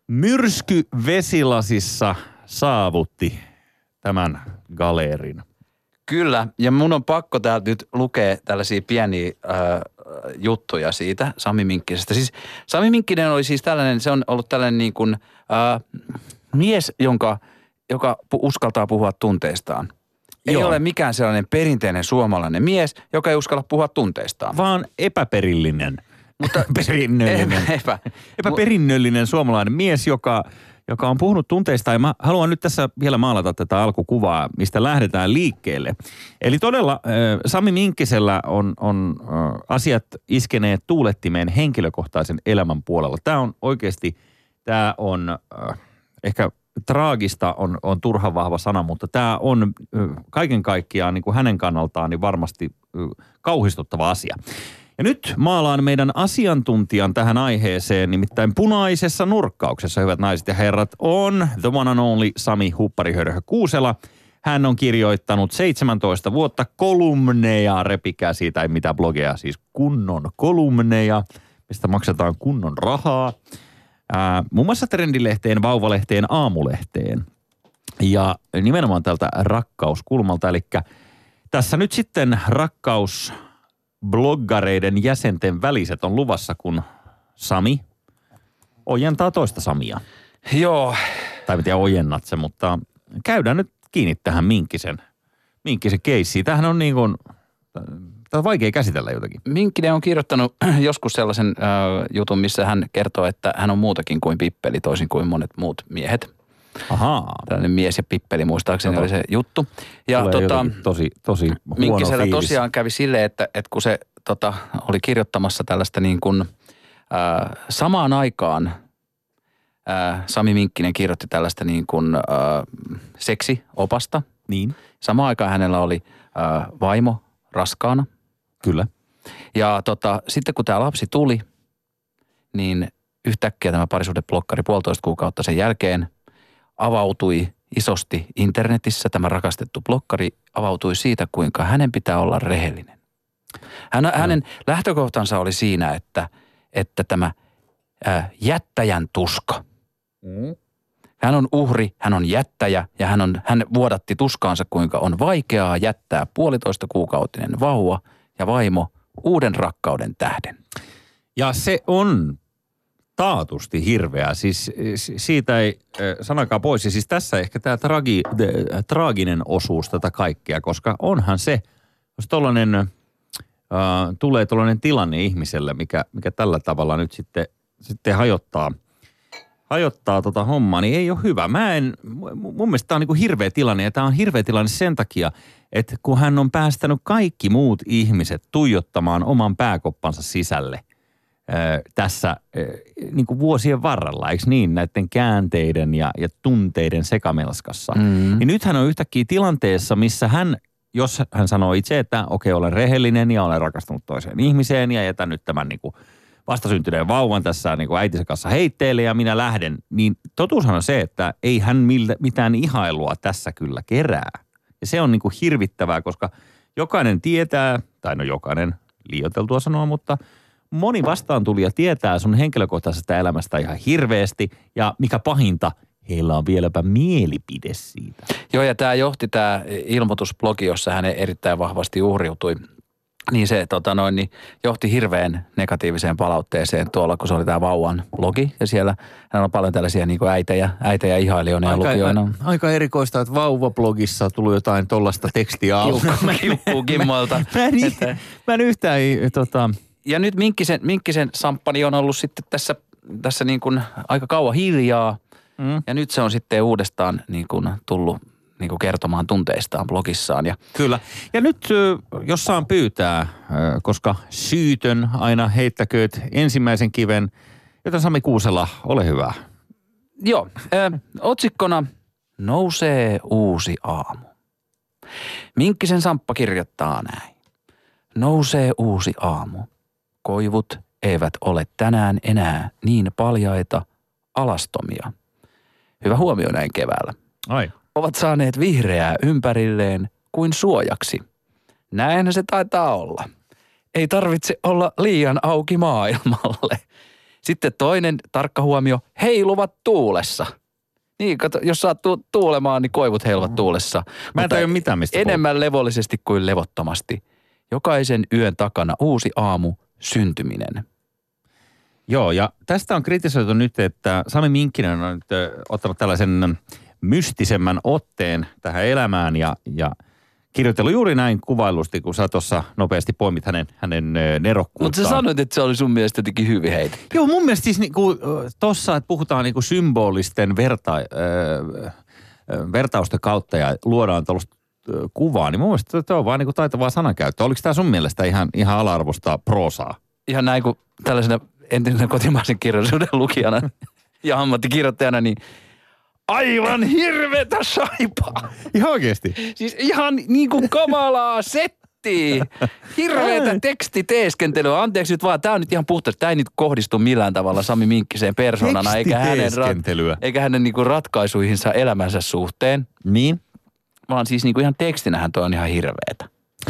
myrsky vesilasissa saavutti tämän galeerin. Kyllä, ja mun on pakko täältä nyt lukea tällaisia pieniä äh, juttuja siitä Sami Minkkisestä. Siis Sami Minkkinen oli siis tällainen, se on ollut tällainen niin kuin äh, mies, jonka, joka pu- uskaltaa puhua tunteistaan. Ei Joo. ole mikään sellainen perinteinen suomalainen mies, joka ei uskalla puhua tunteistaan. Vaan epäperillinen. Mutta perinnöllinen. Epä. Epäperinnöllinen suomalainen mies, joka... joka on puhunut tunteista, ja mä haluan nyt tässä vielä maalata tätä alkukuvaa, mistä lähdetään liikkeelle. Eli todella äh, Sami Minkkisellä on, on äh, asiat iskeneet tuulettimeen henkilökohtaisen elämän puolella. Tämä on oikeasti, tämä on äh, ehkä traagista, on, on turhan vahva sana, mutta tämä on äh, kaiken kaikkiaan niin kuin hänen kannaltaan niin varmasti äh, kauhistuttava asia. Ja nyt maalaan meidän asiantuntijan tähän aiheeseen, nimittäin punaisessa nurkkauksessa, hyvät naiset ja herrat, on the one and only Sami Hupparihörhö Kuusela. Hän on kirjoittanut seitsemäntoista vuotta kolumneja, repikää siitä, ei mitään blogeja, siis kunnon kolumneja, mistä maksetaan kunnon rahaa. Ää, muun muassa Trendilehteen, Vauvalehteen, Aamulehteen ja nimenomaan tältä rakkauskulmalta, eli tässä nyt sitten rakkaus... bloggareiden jäsenten väliset on luvassa, kun Sami ojentaa toista Samia. Joo. Tai en tiedä ojennat se, mutta käydään nyt kiinni tähän Minkkisen, Minkkisen keissiin. Tämähän on niin kuin, tätä on vaikea käsitellä jotenkin. Minkkinen on kirjoittanut joskus sellaisen äh, jutun, missä hän kertoo, että hän on muutakin kuin pippeli, toisin kuin monet muut miehet. Ahaa. Tällainen mies ja pippeli, muistaakseni oli se juttu. Ja tota, tosi, tosi huono Minkkisellä fiilis. tosiaan kävi silleen, että, että kun se tota, oli kirjoittamassa tällaista niin kuin äh, samaan aikaan äh, Sami Minkkinen kirjoitti tällaista niin kuin äh, seksiopasta. Niin. Samaan aikaan hänellä oli äh, vaimo, raskaana. Kyllä. Ja tota, sitten kun tämä lapsi tuli, niin yhtäkkiä tämä parisuhdeblokkari puolitoista kuukautta sen jälkeen avautui isosti internetissä. Tämä rakastettu blokkari avautui siitä, kuinka hänen pitää olla rehellinen. Hän, hänen lähtökohtansa oli siinä, että, että tämä ää, jättäjän tuska. Mm. Hän on uhri, hän on jättäjä ja hän, on, hän vuodatti tuskaansa, kuinka on vaikeaa jättää puolitoista kuukautinen vauva ja vaimo uuden rakkauden tähden. Ja se on taatusti hirveää. Siis siitä ei sanakaan pois. Ja siis tässä ehkä tämä tragi, traaginen osuus tätä kaikkea, koska onhan se, jos tollainen, äh, tulee tollainen tilanne ihmiselle, mikä, mikä tällä tavalla nyt sitten, sitten hajottaa, hajottaa tota hommaa, niin ei ole hyvä. Mä en, mun mielestä tämä on niinku hirveä tilanne ja tämä on hirveä tilanne sen takia, että kun hän on päästänyt kaikki muut ihmiset tuijottamaan oman pääkoppansa sisälle tässä niin kuin vuosien varrella, eikö niin, näiden käänteiden ja, ja tunteiden sekamelskassa. Mm-hmm. Niin nyt hän on yhtäkkiä tilanteessa, missä hän, jos hän sanoo itse, että okei, olen rehellinen ja olen rakastunut toiseen ihmiseen ja jätän nyt tämän niin kuin vastasyntyneen vauvan tässä niin kuin äitinsä kanssa heitteille ja minä lähden, niin totuushan on se, että ei hän mitään ihailua tässä kyllä kerää. Ja se on niin kuin hirvittävää, koska jokainen tietää, tai no jokainen liioiteltua sanoa, mutta moni vastaantulija tietää sun henkilökohtaisesta elämästä ihan hirveästi ja mikä pahinta, heillä on vieläpä mielipide siitä. Joo, ja tämä johti tämä ilmoitusblogi, jossa hän erittäin vahvasti uhriutui. Niin se tota noin, niin johti hirveän negatiiviseen palautteeseen tuolla, kun se oli tämä vauvan blogi. Ja siellä hän on paljon tällaisia niin kuin äitejä, äitejä ihailijoina ja lukijoina. Aika erikoista, että vauvablogissa tuli jotain tollaista tekstiä alla. Kiukkuu kimmoilta. Mä, mä, en, että... mä en yhtään tota... Ja nyt Minkkisen, Minkkisen samppani on ollut sitten tässä, tässä niin kuin aika kauan hiljaa. Mm. Ja nyt se on sitten uudestaan niin kuin tullut niin kuin kertomaan tunteistaan blogissaan. Ja kyllä. Ja nyt jos saan pyytää, koska syytön aina heittäkööt ensimmäisen kiven, joten Sami Kuusela, ole hyvä. Joo. Ö, otsikkona nousee uusi aamu. Minkkisen samppa kirjoittaa näin. Nousee uusi aamu. Koivut eivät ole tänään enää niin paljaita, alastomia. Hyvä huomio näin keväällä. Ai. Ovat saaneet vihreää ympärilleen kuin suojaksi. Näinhän se taitaa olla. Ei tarvitse olla liian auki maailmalle. Sitten toinen tarkka huomio, heiluvat tuulessa. Niin, kato, jos saat tu- tuulemaan, niin koivut heiluvat tuulessa. Mä en tajua mitään mistä enemmän puhut. Levollisesti kuin levottomasti. Jokaisen yön takana uusi aamu, syntyminen. Joo, ja tästä on kritisoitu nyt, että Sami Minkkinen on nyt ottanut tällaisen mystisemmän otteen tähän elämään ja, ja kirjoitellut juuri näin kuvailusti, kun sä tuossa nopeasti poimit hänen, hänen nerokkuuttaan. Mutta sä sanoit, että se oli sun mielestä jotenkin hyvin heitetty. Joo, mun mielestä siis niinku, tossa, että puhutaan niinku symbolisten verta, äh, vertausten kautta ja luodaan tällaista äh, kuvaa, niin mun mielestä se on vaan niinku taitavaa sanankäyttöä. Oliko tämä sun mielestä ihan, ihan ala-arvosta proosaa? Ihan näin kuin tällaisena entisenä kotimaisen kirjallisuuden lukijana ja ammattikirjoittajana, niin aivan hirveetä saipaa. Ihan oikeesti? Siis ihan niin kuin kamalaa settiä. Hirveetä tekstiteeskentelyä. Anteeksi nyt vaan, tää on nyt ihan puhtaasti. Tää ei nyt kohdistu millään tavalla Sami Minkkiseen persoonana. Eikä hänen, rat- eikä hänen niin kuin ratkaisuihinsa elämänsä suhteen. Niin? Vaan siis niin kuin ihan tekstinähän toi on ihan hirveetä.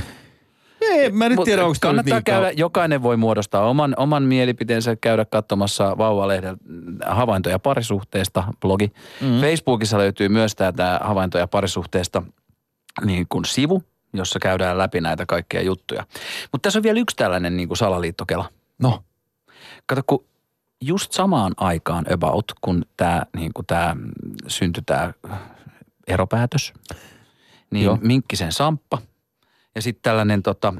Ei, mä nyt tiedä, onko kannattaa niin käydä, jokainen voi muodostaa oman, oman mielipiteensä, käydä katsomassa Vauva-lehden havaintoja parisuhteesta, blogi. Mm-hmm. Facebookissa löytyy myös tämä havaintoja parisuhteesta niin kuin sivu, jossa käydään läpi näitä kaikkia juttuja. Mutta tässä on vielä yksi tällainen niin kuin salaliittokela. No. Kato, kun just samaan aikaan about, kun tämä niin kuin tämä syntyi tämä eropäätös, niin Joo. Minkkisen Samppa ja sitten tällainen tota,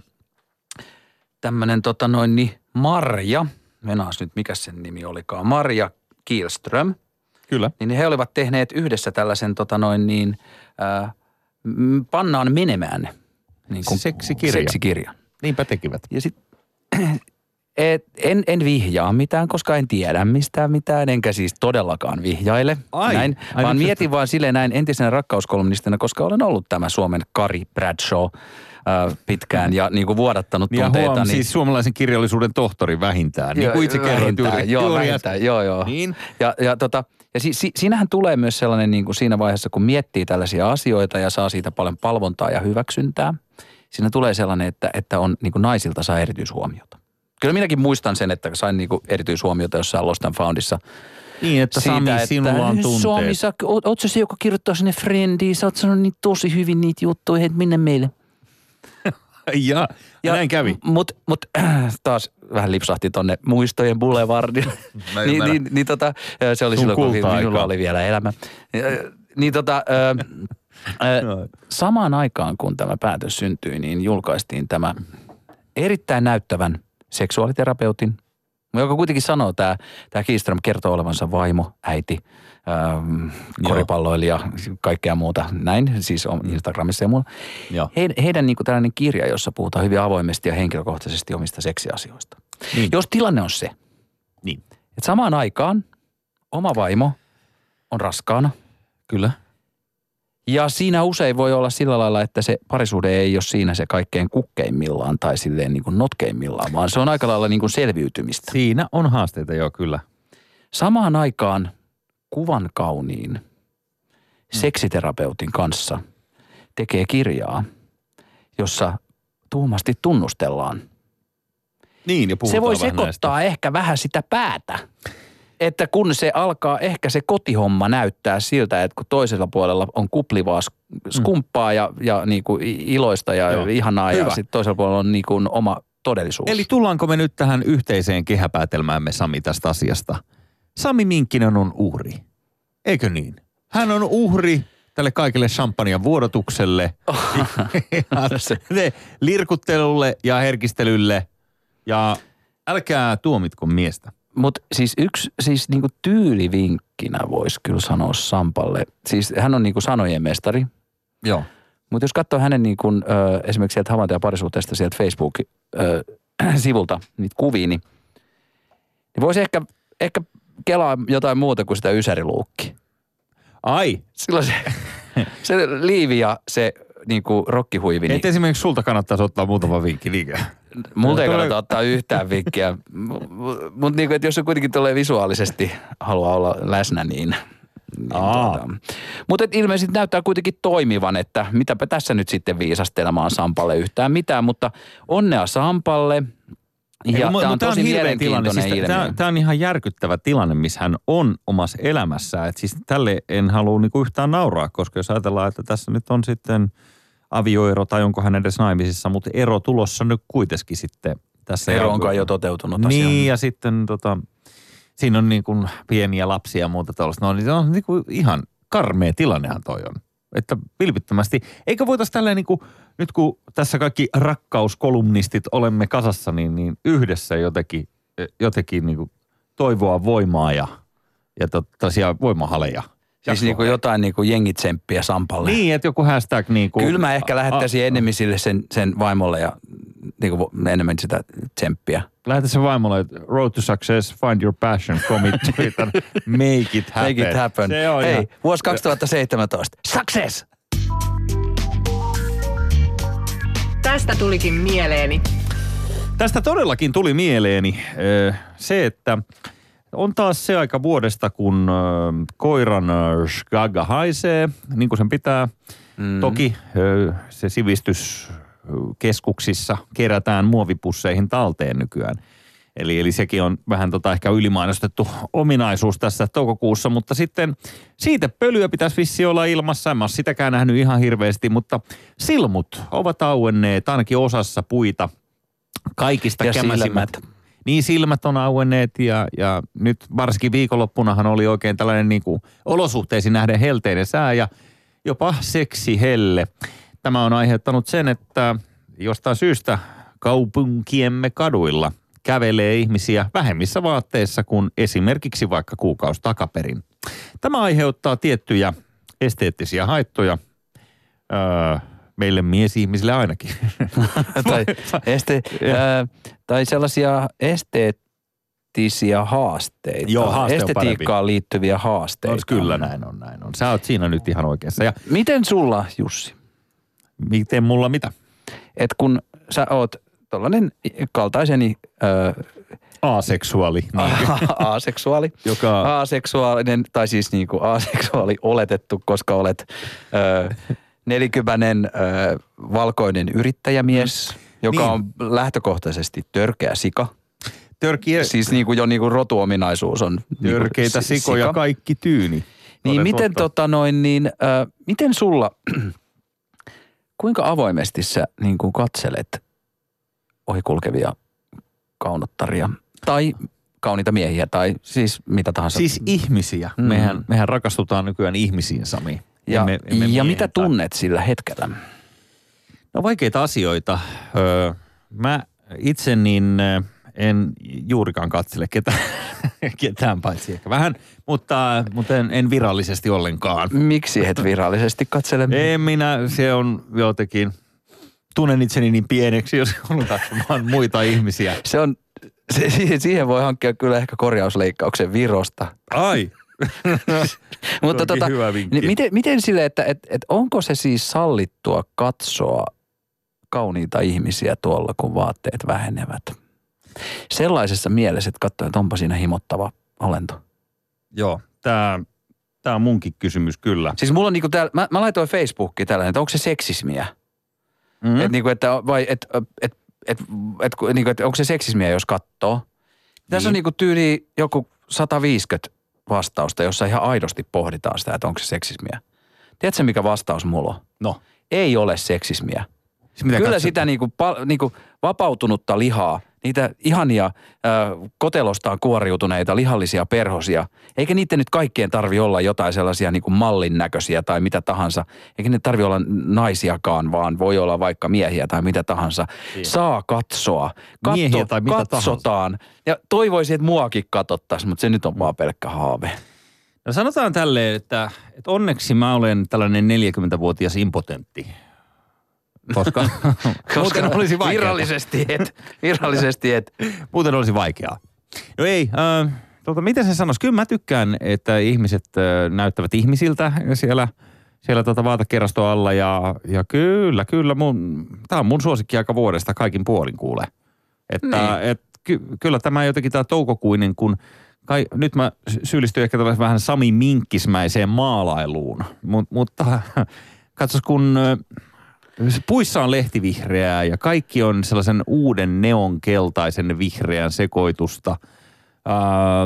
tämmöinen tota noin niin Marja, menaas nyt mikä sen nimi olikaan, Marja Kielström. Kyllä. Niin he olivat tehneet yhdessä tällaisen tota noin niin, äh, pannaan menemään. Niin kuin seksikirja. Seksikirja. Niinpä tekivät. Ja sitten Et, en, en vihjaa mitään, koska en tiedä mistään mitään, enkä siis todellakaan vihjaile. Ai, näin, ai vaan nyt, mietin vaan silleen näin entisenä rakkauskolumnistina, koska olen ollut tämä Suomen Carrie Bradshaw äh, pitkään ja niin kuin vuodattanut Ja tunteita. huom, niin, siis suomalaisen kirjallisuuden tohtori vähintään, niin kuin itse kerroit juuri. Joo, juuri vähintään, äsken. joo, joo. Niin. Ja, ja, tota, ja si, si, siinähän tulee myös sellainen niin kuin siinä vaiheessa, kun miettii tällaisia asioita ja saa siitä paljon palvontaa ja hyväksyntää. Siinä tulee sellainen, että, että on niin kuin naisilta saa erityishuomiota. Kyllä minäkin muistan sen, että sain niin kuin erityishuomiota jossain Lost and Foundissa. Niin, että Siitä, Sami, että sinulla on tunteet. Suomi, sä, oot, oot sä se, joka kirjoittaa sinne Friendiin, sä oot sanonut niin tosi hyvin niitä juttuja, hei, minne meille. ja, ja näin kävi. Mutta mut, äh, taas vähän lipsahti tonne muistojen boulevardille. niin, niin, niin tota, se oli Sun silloin, kun kulta-aika. minulla oli vielä elämä. Niin tota, äh, äh, samaan aikaan, kun tämä päätös syntyi, niin julkaistiin tämä erittäin näyttävän seksuaaliterapeutin, joka kuitenkin sanoo, tämä, tämä Kihlström kertoo olevansa vaimo, äiti, ähm, koripalloilija, kaikkea muuta. Näin, siis on Instagramissa ja muulla. He, heidän niin kuin tällainen kirja, jossa puhutaan hyvin avoimesti ja henkilökohtaisesti omista seksiasioista. Niin. Jos tilanne on se, niin. että samaan aikaan oma vaimo on raskaana. Kyllä. Ja siinä usein voi olla sillä lailla, että se parisuhde ei ole siinä se kaikkein kukkeimmillaan tai silleen niin kuin notkeimmillaan, vaan se on aika lailla niin kuin selviytymistä. Siinä on haasteita, joo, kyllä. Samaan aikaan kuvan kauniin mm. seksiterapeutin kanssa tekee kirjaa, jossa tuumasti tunnustellaan. Niin, ja se voi vähän sekoittaa näistä. ehkä vähän sitä päätä. Että kun se alkaa, ehkä se kotihomma näyttää siltä, että kun toisella puolella on kuplivaa skumppaa ja, ja niin kuin iloista ja Joo. ihanaa Hyvä. Ja sitten toisella puolella on niin kuin oma todellisuus. Eli tullaanko me nyt tähän yhteiseen kehäpäätelmäämme, Sami, tästä asiasta? Sami Minkkinen on uhri. Eikö niin? Hän on uhri tälle kaikille champagnen vuodotukselle, lirkuttelulle ja herkistelylle ja älkää tuomitko miestä. Mutta siis yksi siis niinku tyylivinkkinä voisi kyllä sanoa Sampalle. Siis hän on niinku sanojen mestari. Joo. Mutta jos katsoo hänen niinku, ö, esimerkiksi sieltä havaintoja parisuhteesta sieltä Facebook-sivulta niitä kuvia, niin, niin voisi ehkä, ehkä kelaa jotain muuta kuin sitä ysäriluukki. Ai. Silloin se, se liivi ja se niinku rokkihuivi. Niin... Et esimerkiksi sulta kannattaisi ottaa muutama vinkki liikaa. Multa ei kannata ottaa yhtään vinkkiä, mutta niinku, jos se kuitenkin tulee visuaalisesti haluaa olla läsnä, niin... niin tuota. Mutta ilmeisesti näyttää kuitenkin toimivan, että mitäpä tässä nyt sitten viisastelemaan Sampalle yhtään mitään, mutta onnea Sampalle. Ja tämä on tosi mielenkiintoinen siis ilmiö. Tämä on ihan järkyttävä tilanne, missä hän on omassa elämässään. Et siis tälle en halua niinku yhtään nauraa, koska jos ajatellaan, että tässä nyt on sitten... avioero tai onko hän edes naimisissa, mutta ero tulossa nyt kuitenkin sitten tässä. Ero onko jo toteutunut asia. Niin asiaan. Ja sitten tota, siinä on niin kuin pieniä lapsia ja muuta tällaista. No niin se on niin kuin ihan karmea tilannehan toi on. Että vilpittömästi. Eikö voitaisiin tälleen niin kuin, nyt kun tässä kaikki rakkauskolumnistit olemme kasassa, niin, niin yhdessä jotenkin, jotenkin niin kuin toivoa voimaa ja, ja tällaisia voimahaleja. Siis niin kuin jotain niin kuin jengitsemppiä Sampalle. Niin, että joku hashtag niin kuin... Kyllä mä ehkä lähettäisin enemmän sille sen, sen vaimolle ja niin kuin enemmän sitä tsemppiä. Lähetä sen vaimolle, että road to success, find your passion, commit to it and make it happen. Make it happen. Se on Hei, ihan... vuosi kaksituhattaseitsemäntoista. Success! Tästä tulikin mieleeni. Tästä todellakin tuli mieleeni se, että... On taas se aika vuodesta, kun äh, koiran äh, shgagga haisee, niin kuin sen pitää. Mm. Toki äh, se sivistyskeskuksissa kerätään muovipusseihin talteen nykyään. Eli, eli sekin on vähän tota ehkä ylimainostettu ominaisuus tässä toukokuussa, mutta sitten siitä pölyä pitäisi vissi olla ilmassa. En mä ole sitäkään nähnyt ihan hirveästi, mutta silmut ovat auenneet ainakin osassa puita kaikista ja kämäsimmät. Silmät. Niin silmät on auenneet ja, ja nyt varsinkin viikonloppunahan oli oikein tällainen niin kuin olosuhteisiin nähden helteinen sää ja jopa seksihelle. Tämä on aiheuttanut sen, että jostain syystä kaupunkiemme kaduilla kävelee ihmisiä vähemmissä vaatteissa kuin esimerkiksi vaikka kuukausi takaperin. Tämä aiheuttaa tiettyjä esteettisiä haittoja. Öö, Meille miesihmisille ainakin. tai, este, ää, tai sellaisia esteettisiä haasteita. Joo, haaste on estetiikkaan parempi. liittyviä haasteita. No, kyllä näin on, näin on. Sä oot siinä nyt ihan oikeassa. Ja Miten sulla, Jussi? miten mulla mitä? Et kun sä oot tollanen kaltaiseni Öö, Aseksuaali. Niin. aseksuaali. Joka... Aseksuaalinen, tai siis niin kuin aseksuaali oletettu, koska olet ö, nelikymmenen ö, valkoinen yrittäjämies, joka niin. on lähtökohtaisesti törkeä sika. Törkiä... Siis niin kuin jo niin kuin rotuominaisuus on. Törkeitä niin kuin sikoja sika. kaikki tyyni. Niin miten tota noin, niin ö, miten sulla, kuinka avoimesti sä niin kuin katselet ohikulkevia kaunottaria? Tai kauniita miehiä tai siis mitä tahansa. Siis ihmisiä. Mm. Mehän, mehän rakastutaan nykyään ihmisiin, Sami. Ja, emme, emme ja mitä tai... tunnet sillä hetkellä? No vaikeita asioita. Öö, mä itse niin en juurikaan katsele ketään, ketään paitsi ehkä vähän, mutta, mutta en, en virallisesti ollenkaan. Miksi et virallisesti katsele? En minä, se on jotenkin, tunnen itseni niin pieneksi, jos on katsomaan muita ihmisiä. Se on, se, siihen voi hankkia kyllä ehkä korjausleikkauksen Virosta. Ai! Mutta tota, hyvä vinkki. niin miten, miten sille, että et, et onko se siis sallittua katsoa kauniita ihmisiä tuolla, kun vaatteet vähenevät? Sellaisessa mielessä, että katsoo, että onpa siinä himottava olento. Joo, tää, tää on munkin kysymys kyllä. Siis mulla on niinku täällä, mä, mä laitoin Facebookiin tällainen, että onko se seksismiä? Mm-hmm. Että niinku, että vai, et, et, et, et, et, niinku, että onko se seksismiä, jos katsoo? Niin. Tässä on niinku tyyli joku sata viisikymmentä vastausta, jossa ihan aidosti pohditaan sitä, että onko se seksismiä. Tiedätkö, mikä vastaus mulla on? No. Ei ole seksismiä. Mitä Kyllä katsot? sitä niinku, pal, niinku vapautunutta lihaa, niitä ihania äh, kotelostaan kuoriutuneita lihallisia perhosia, eikä niiden nyt kaikkien tarvi olla jotain sellaisia niinku mallin näköisiä tai mitä tahansa, eikä ne tarvi olla naisiakaan, vaan voi olla vaikka miehiä tai mitä tahansa. Niin. Saa katsoa. Katso, miehiä tai mitä katsotaan. Tahansa. Ja toivoisin, että muakin katsottaisiin, mutta se nyt on vaan pelkkä haave. No sanotaan tälleen, että, että onneksi mä olen tällainen neljäkymmentävuotias impotentti. Koska, Koska muuten olisi vaikeaa. Virallisesti et. Virallisesti et. Muuten olisi vaikeaa. No ei, äh, tuota, miten se sanoisi? Kyllä mä tykkään, että ihmiset äh, näyttävät ihmisiltä siellä, siellä tuota vaatekerraston alla. Ja, ja kyllä, kyllä, mun, tää on mun suosikki aika vuodesta kaikin puolin kuule. Että niin. et, ky, kyllä tämä jotenkin tämä toukokuinen, kun kai, nyt mä syyllistyn ehkä tällaisen vähän Sami Minkkismäiseen maalailuun. Mut, mutta katsos kun... Puissa on lehtivihreää ja kaikki on sellaisen uuden neonkeltaisen vihreän sekoitusta. Ää,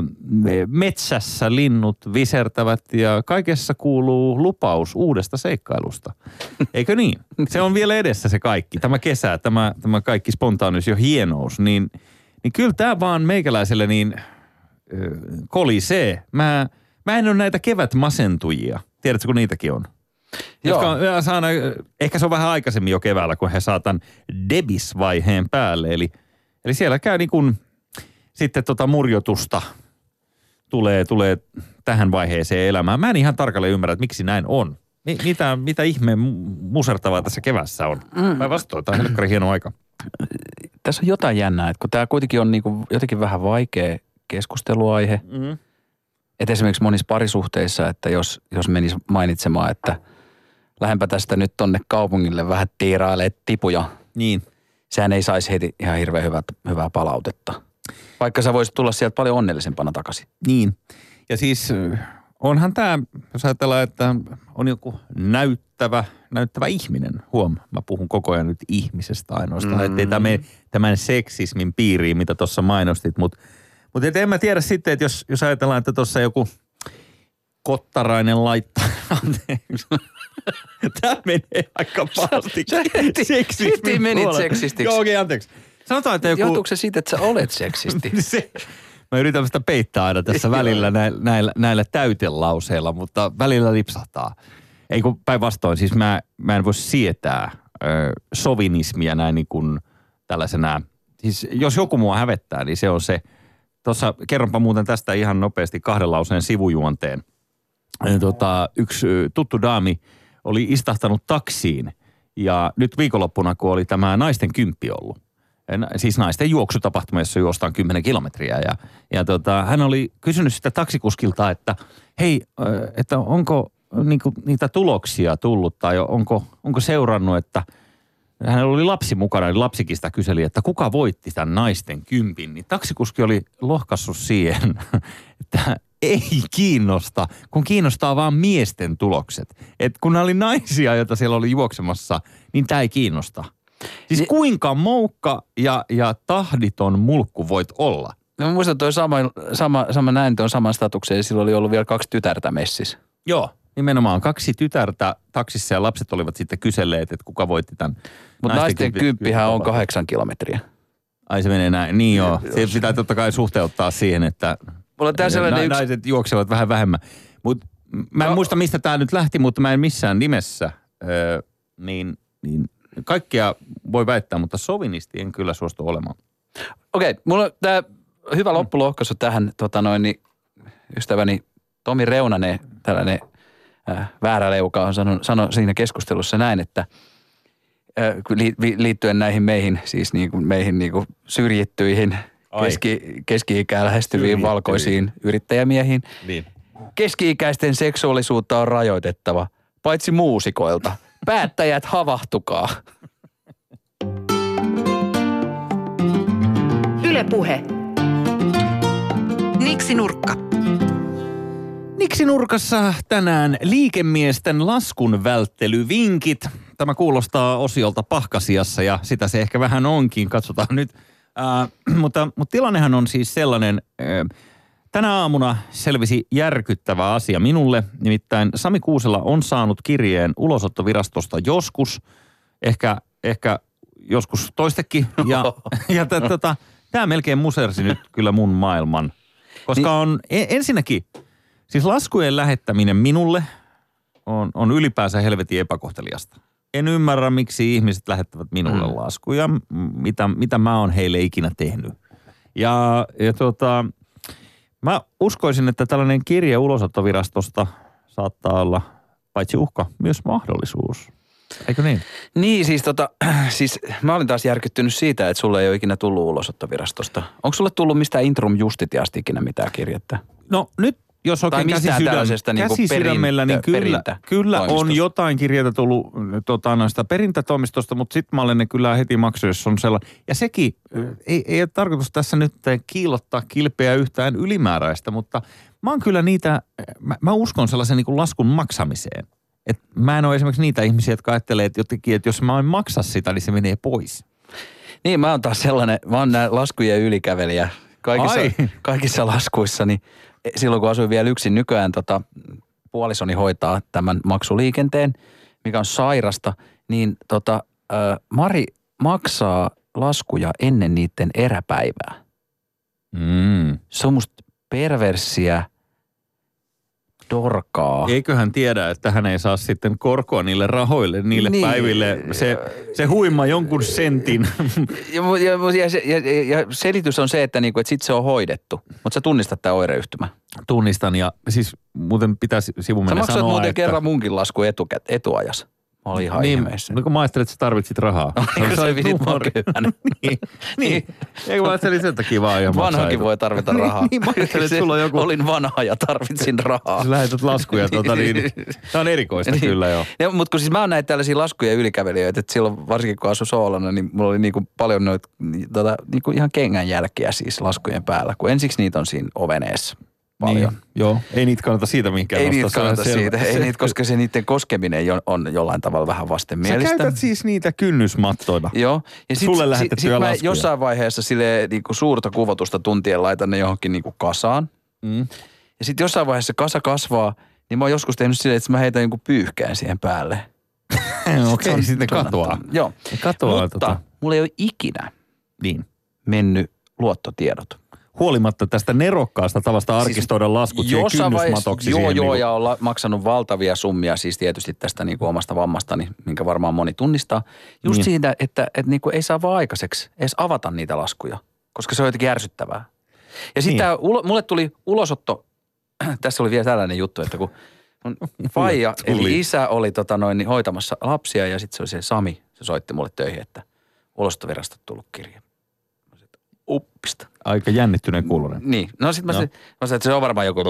metsässä linnut visertävät ja kaikessa kuuluu lupaus uudesta seikkailusta. Eikö niin? Se on vielä edessä se kaikki. Tämä kesä, tämä, tämä kaikki spontaanius ja hienous. Niin, niin kyllä tämä vaan meikäläiselle niin äh, kolisee. Mä, mä en ole näitä kevätmasentujia. Tiedätkö, kun niitäkin on? Jotka on, saana, ehkä se on vähän aikaisemmin jo keväällä, kun he saatan debis-vaiheen päälle. Eli, eli siellä käy niin kuin sitten tota murjotusta tulee, tulee tähän vaiheeseen elämään. Mä en ihan tarkalleen ymmärrä, että miksi näin on. Mitä, mitä ihmeen musertavaa tässä kevässä on? Mä vastoin, tämä on helkkari hieno aika. Tässä on jotain jännää, että kun tämä kuitenkin on niin kuin jotenkin vähän vaikea keskusteluaihe. Mm-hmm. Että esimerkiksi monissa parisuhteissa, että jos, jos menisi mainitsemaan, että lähdenpä tästä nyt tonne kaupungille vähän tiirailee tipuja. Niin. Sehän ei saisi heti ihan hirveän hyvää, hyvää palautetta. Vaikka sä voisit tulla sieltä paljon onnellisempana takaisin. Niin. Ja siis onhan tämä, jos ajatellaan, että on joku näyttävä, näyttävä ihminen. Huom, mä puhun koko ajan nyt ihmisestä ainoastaan. Mm. Ettei tämä mene tämän seksismin piiriin, mitä tuossa mainostit. Mutta mut en mä tiedä sitten, että jos, jos ajatellaan, että tuossa joku kottarainen laittaa. Tämä menee aika pahasti. Sä heti, heti menit seksistiksi. Joo, okei, okay, anteeksi. Sanotaan, että joku... Johtuuko se siitä, että sä olet seksisti? se, mä yritän sitä peittää aina tässä välillä näillä, näillä, näillä täytelauseilla, mutta välillä lipsahtaa. Ei kun päinvastoin, siis mä, mä en voi sietää ö, sovinismia näin niin kuin tällaisena. Siis jos joku mua hävettää, niin se on se. Tuossa kerronpa muuten tästä ihan nopeasti kahden lauseen sivujuonteen. Tota, yksi tuttu daami oli istahtanut taksiin Ja nyt viikonloppuna, kun oli tämä naisten kymppi ollut, siis naisten juoksutapahtuma, jossa juostaan kymmenen kilometriä. Ja, ja tota, hän oli kysynyt sitä taksikuskilta, että hei, että onko niinku niitä tuloksia tullut tai onko, onko seurannut, että hänellä oli lapsi mukana, niin lapsikin sitä kyseli, että kuka voitti tämän naisten kympin. Niin taksikuski oli lohkassut siihen, että ei kiinnosta, kun kiinnostaa vaan miesten tulokset. Että kun oli naisia, joita siellä oli juoksemassa, niin tämä ei kiinnosta. Siis niin, kuinka moukka ja, ja tahditon mulkku voit olla? No mä muistan, että toi sama, sama, sama näin tuon saman statuksen ja silloin oli ollut vielä kaksi tytärtä messissä. Joo, nimenomaan kaksi tytärtä taksissa ja lapset olivat sitten kyselleet, että kuka voitti tämän. Mutta naisten kymppihän on kahdeksan kilometriä. Ai se menee näin, niin joo. Se pitää totta kai suhteuttaa siihen, että naiset yksi... juoksevat vähän vähemmän. Mut mä en no. muista, mistä tämä nyt lähti, mutta mä en missään nimessä, öö, niin, niin kaikkea voi väittää, mutta sovinisti en kyllä suostu olemaan. Okei, okay, mulla on tämä hyvä loppulohkaisu tähän, tota noin, niin ystäväni Tomi Reunanen, tällainen äh, vääräleuka on sanonut sano siinä keskustelussa näin, että äh, liittyen näihin meihin, siis niin kuin meihin niin kuin syrjittyihin, keski, keski-ikään lähestyviin valkoisiin yrittäjämiehiin. Niin. Keski-ikäisten seksuaalisuutta on rajoitettava, paitsi muusikoilta. Päättäjät, havahtukaa. Yle Puhe. Niksi Nurkka. Niksi Nurkassa tänään liikemiesten laskun välttelyvinkit. Tämä kuulostaa osiolta Pahkasiassa ja sitä se ehkä vähän onkin. Katsotaan nyt. Äh, mutta, mutta tilannehan on siis sellainen, äh, tänä aamuna selvisi järkyttävä asia minulle. Nimittäin Sami Kuusela on saanut kirjeen ulosottovirastosta joskus, ehkä, ehkä joskus toistekin. Ja, ja t- tota, tämä melkein musersi nyt kyllä mun maailman. Koska on ensinnäkin, siis laskujen lähettäminen minulle on, on ylipäänsä helvetin epäkohteliasta. En ymmärrä, miksi ihmiset lähettävät minulle mm. laskuja, mitä, mitä mä oon heille ikinä tehnyt. Ja, ja tota, mä uskoisin, että tällainen kirje ulosottovirastosta saattaa olla paitsi uhka, myös mahdollisuus. Eikö niin? Niin, siis tota, siis mä olin taas järkyttynyt siitä, että sulle ei ole ikinä tullut ulosottovirastosta. Onko sulle tullut mistään Intrum Justitiasta ikinä mitään kirjettä? No nyt, jos oikein käsisydämellä, niin kyllä, kyllä on jotain kirjeitä tullut tota, noista perintätoimistosta, mutta sitten mä olen ne kyllä heti maksu, jos on sellainen. Ja sekin, ei, ei ole tarkoitus tässä nyt kiillottaa kilpeä yhtään ylimääräistä, mutta mä oon kyllä niitä, mä, mä uskon sellaisen niin kuin laskun maksamiseen. Et mä en ole esimerkiksi niitä ihmisiä, jotka ajattelee, että, jotenkin, että jos mä en maksa sitä, niin se menee pois. Niin, mä oon taas sellainen, mä oon nää laskujen ylikävelijä. Kaikissa, kaikissa laskuissa, niin silloin kun asuin vielä yksin, nykyään tota, puolisoni hoitaa tämän maksuliikenteen, mikä on sairasta, niin tota, ä, Mari maksaa laskuja ennen niiden eräpäivää. Mm. Se on musta perversiä, dorkaa. Eiköhän tiedä, että hän ei saa sitten korkoa niille rahoille, niille niin, päiville. Se, se huima jonkun sentin. Ja, ja, ja, ja, ja selitys on se, että, niinku, että sit se on hoidettu. Mutta sä tunnistat tämä oireyhtymä. Tunnistan ja siis muuten pitäisi sivumenne sanoa, että... Sä maksoit muuten että... kerran munkin lasku etukä, etuajas. Mä olin ihan niin, ihmeessä. No kun mä ajattelin, että sä tarvitsit rahaa. Eikö sä visit mua köyhänä? niin, niin. Eikö mä ajattelin sen takia vaan ihan maksaa. Vanhakin voi tarvita rahaa. niin, mä ajattelin, että sulla on joku... Olin vanha ja tarvitsin rahaa. Sä lähetät laskuja, tuota niin... Tämä on erikoista niin. Kyllä joo. Ja, mutta kun siis mä oon näitä tällaisia laskuja ylikävelijöitä, että silloin varsinkin kun asui soolona, niin mulla oli niinku paljon noita tota, niinku ihan kengänjälkiä siis laskujen päällä, kun ensiksi niitä on siinä oveneessa. Paljon. Niin, joo, ei niitä kannata siitä mihinkään Ei nostaa. niitä kannata siitä, ei niitä, koska se niiden koskeminen on jollain tavalla vähän vastenmielistä. Sä käytät siis niitä kynnysmattoina. Joo. Ja sit, sulle lähetettyjä sit, sit laskuja. Mä jossain vaiheessa silleen niinku suurta kuvotusta tuntien laitan ne johonkin niinku kasaan. Mm. Ja sitten jossain vaiheessa kasa kasvaa, niin mä oon joskus tehnyt silleen, että mä heitän jonkun pyyhkään siihen päälle. Okei, okay, sitten katoaa. Joo. Katoaa, mutta tota. mulla ei ole ikinä niin. mennyt luottotiedot. Huolimatta tästä nerokkaasta tavasta arkistoida siis laskut siihen kynnysmatoksi. Joo, siihen, joo, niin ja on la, maksanut valtavia summia siis tietysti tästä niin kuin omasta vammastani, minkä varmaan moni tunnistaa. Just niin. Siitä, että, että niin kuin ei saa vaan aikaiseksi edes avata niitä laskuja, koska se on jotenkin ärsyttävää. Ja sitten niin. mulle tuli ulosotto, tässä oli vielä tällainen juttu, että kun Mun faija, Tuli. eli isä, oli tota noin, niin hoitamassa lapsia ja sitten se oli se Sami. Se soitti mulle töihin, että ulosottovirastot tullut kirje. Mä sanoin, että uppista. Aika jännittyneen kuulonen. Niin. No sit mä No. sanoin, mä sanoin, että se on varmaan joku...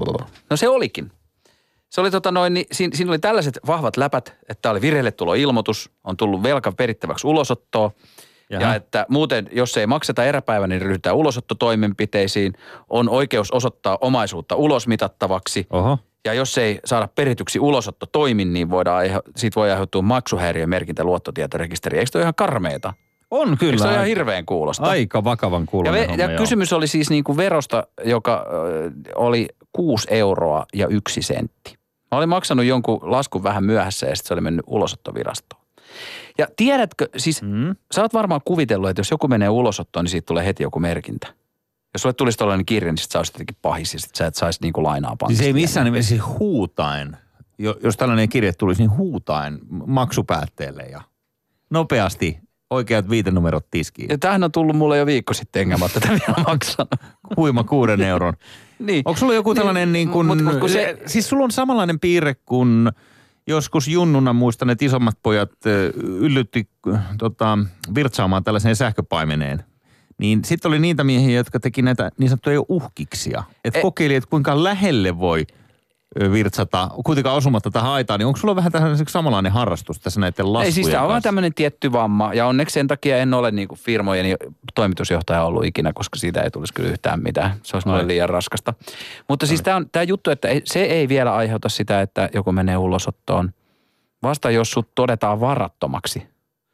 No se olikin. Se oli tota noin, niin siinä, siinä oli tällaiset vahvat läpät, että oli vireille tulo ilmoitus, on tullut velka perittäväksi ulosottoon. Jaha. Ja että muuten, jos ei makseta eräpäivä, niin ryhdytään ulosottotoimenpiteisiin. On oikeus osoittaa omaisuutta ulosmitattavaksi. Oho. Ja jos ei saada perityksi ulosotto toimin, niin voidaan, siitä voi aiheutua maksuhäiriömerkintä luottotietorekisteriin. Eikö toi ihan karmeeta? On kyllä. Eikö toi ihan hirveän kuulosta? Aika vakavan Ja, kuulonen ve, homma, ja joo. kysymys oli siis niin kuin verosta, joka ö, oli kuusi euroa ja yksi sentti. Mä olin maksanut jonkun laskun vähän myöhässä ja sitten se oli mennyt ulosottovirastoon. Ja tiedätkö, siis Mm. sä oot varmaan kuvitellut, että jos joku menee ulosottoon, niin siitä tulee heti joku merkintä. Jos sulle tulisi tollainen kirja, niin sit sä olisit jotenkin pahis ja sit sä et saisi niinku lainaa pankista. Siis ei missään nimessä siis huutaen, jo- jos tällainen kirje tulisi, niin huutaen maksupäätteelle ja nopeasti oikeat viitenumerot tiskiin. Ja tämähän on tullut mulle jo viikko sitten, enkä mä oon tätä vielä maksanut. Huima kuuden euron. Niin. Onko sulla joku tällainen niin kuin, Mut- mut kun se- siis sulla on samanlainen piirre kuin joskus junnuna muistan, että isommat pojat ö, yllytti ö, tota, virtsaamaan tällaiseen sähköpaimeneen. Niin sitten oli niitä miehiä, jotka teki näitä niin sanottuja uhkiksia. Että E- kokeili, että kuinka lähelle voi ö, virtsata, kuitenkaan osumatta tähän aitaan. Niin onko sulla vähän tällainen samanlainen harrastus tässä näiden laskujen Ei siis tämä on vaan kanssa? tämmöinen tietty vamma ja onneksi sen takia en ole niinku firmojen toimitusjohtaja ollut ikinä, koska siitä ei tulisi kyllä yhtään mitään. Se olisi mulle Ai. liian raskasta. Mutta siis tämä on tämä juttu, että ei, se ei vielä aiheuta sitä, että joku menee ulosottoon. Vasta jos sut todetaan varattomaksi.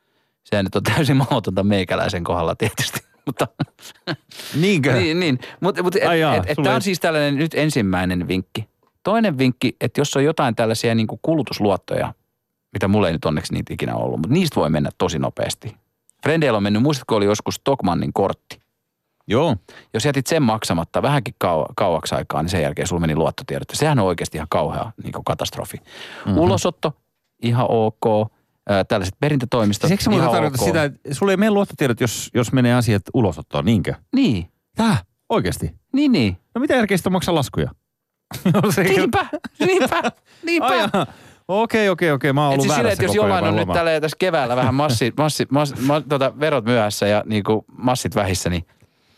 Se nyt on täysin mahdotonta meikäläisen kohdalla tietysti. Mutta Niinkö? niin, niin. Mutta mut, Ai jaa, et, et, sulla tämä ei- on siis tällainen nyt ensimmäinen vinkki. Toinen vinkki, että jos on jotain tällaisia niin kuin kulutusluottoja, mitä mulla ei nyt onneksi niitä ikinä ollut, mutta niistä voi mennä tosi nopeasti. Frendeillä on mennyt, muistatko oli joskus Stockmannin kortti. Joo. Jos jätit sen maksamatta vähänkin kau- kauaksi aikaa, niin sen jälkeen sulla meni luottotiedot. Sehän on oikeasti ihan kauhea niin kuin katastrofi. Mm-hmm. Ulosotto, ihan ok. Ää, tällaiset perintätoimistot, Siis eikö se muuta ihan tarkoita ok. sitä, että sulla ei mene luottotiedot, jos, jos menee asiat ulosottoon, niinkö? Niin, Tää? Oikeesti? niin, niin. No mitä järkeä sitä maksaa laskuja? Jos ei- Niinpä, niinpä, niinpä. Ai jaa. Okei, okei, okei. Mä oon Et ollut siis silleen, väärässä että jos koko jollain ajan on nyt lomaa. tällä tässä keväällä vähän massi, massi, massi, ma, tota, verot myöhässä ja niinku massit vähissä, niin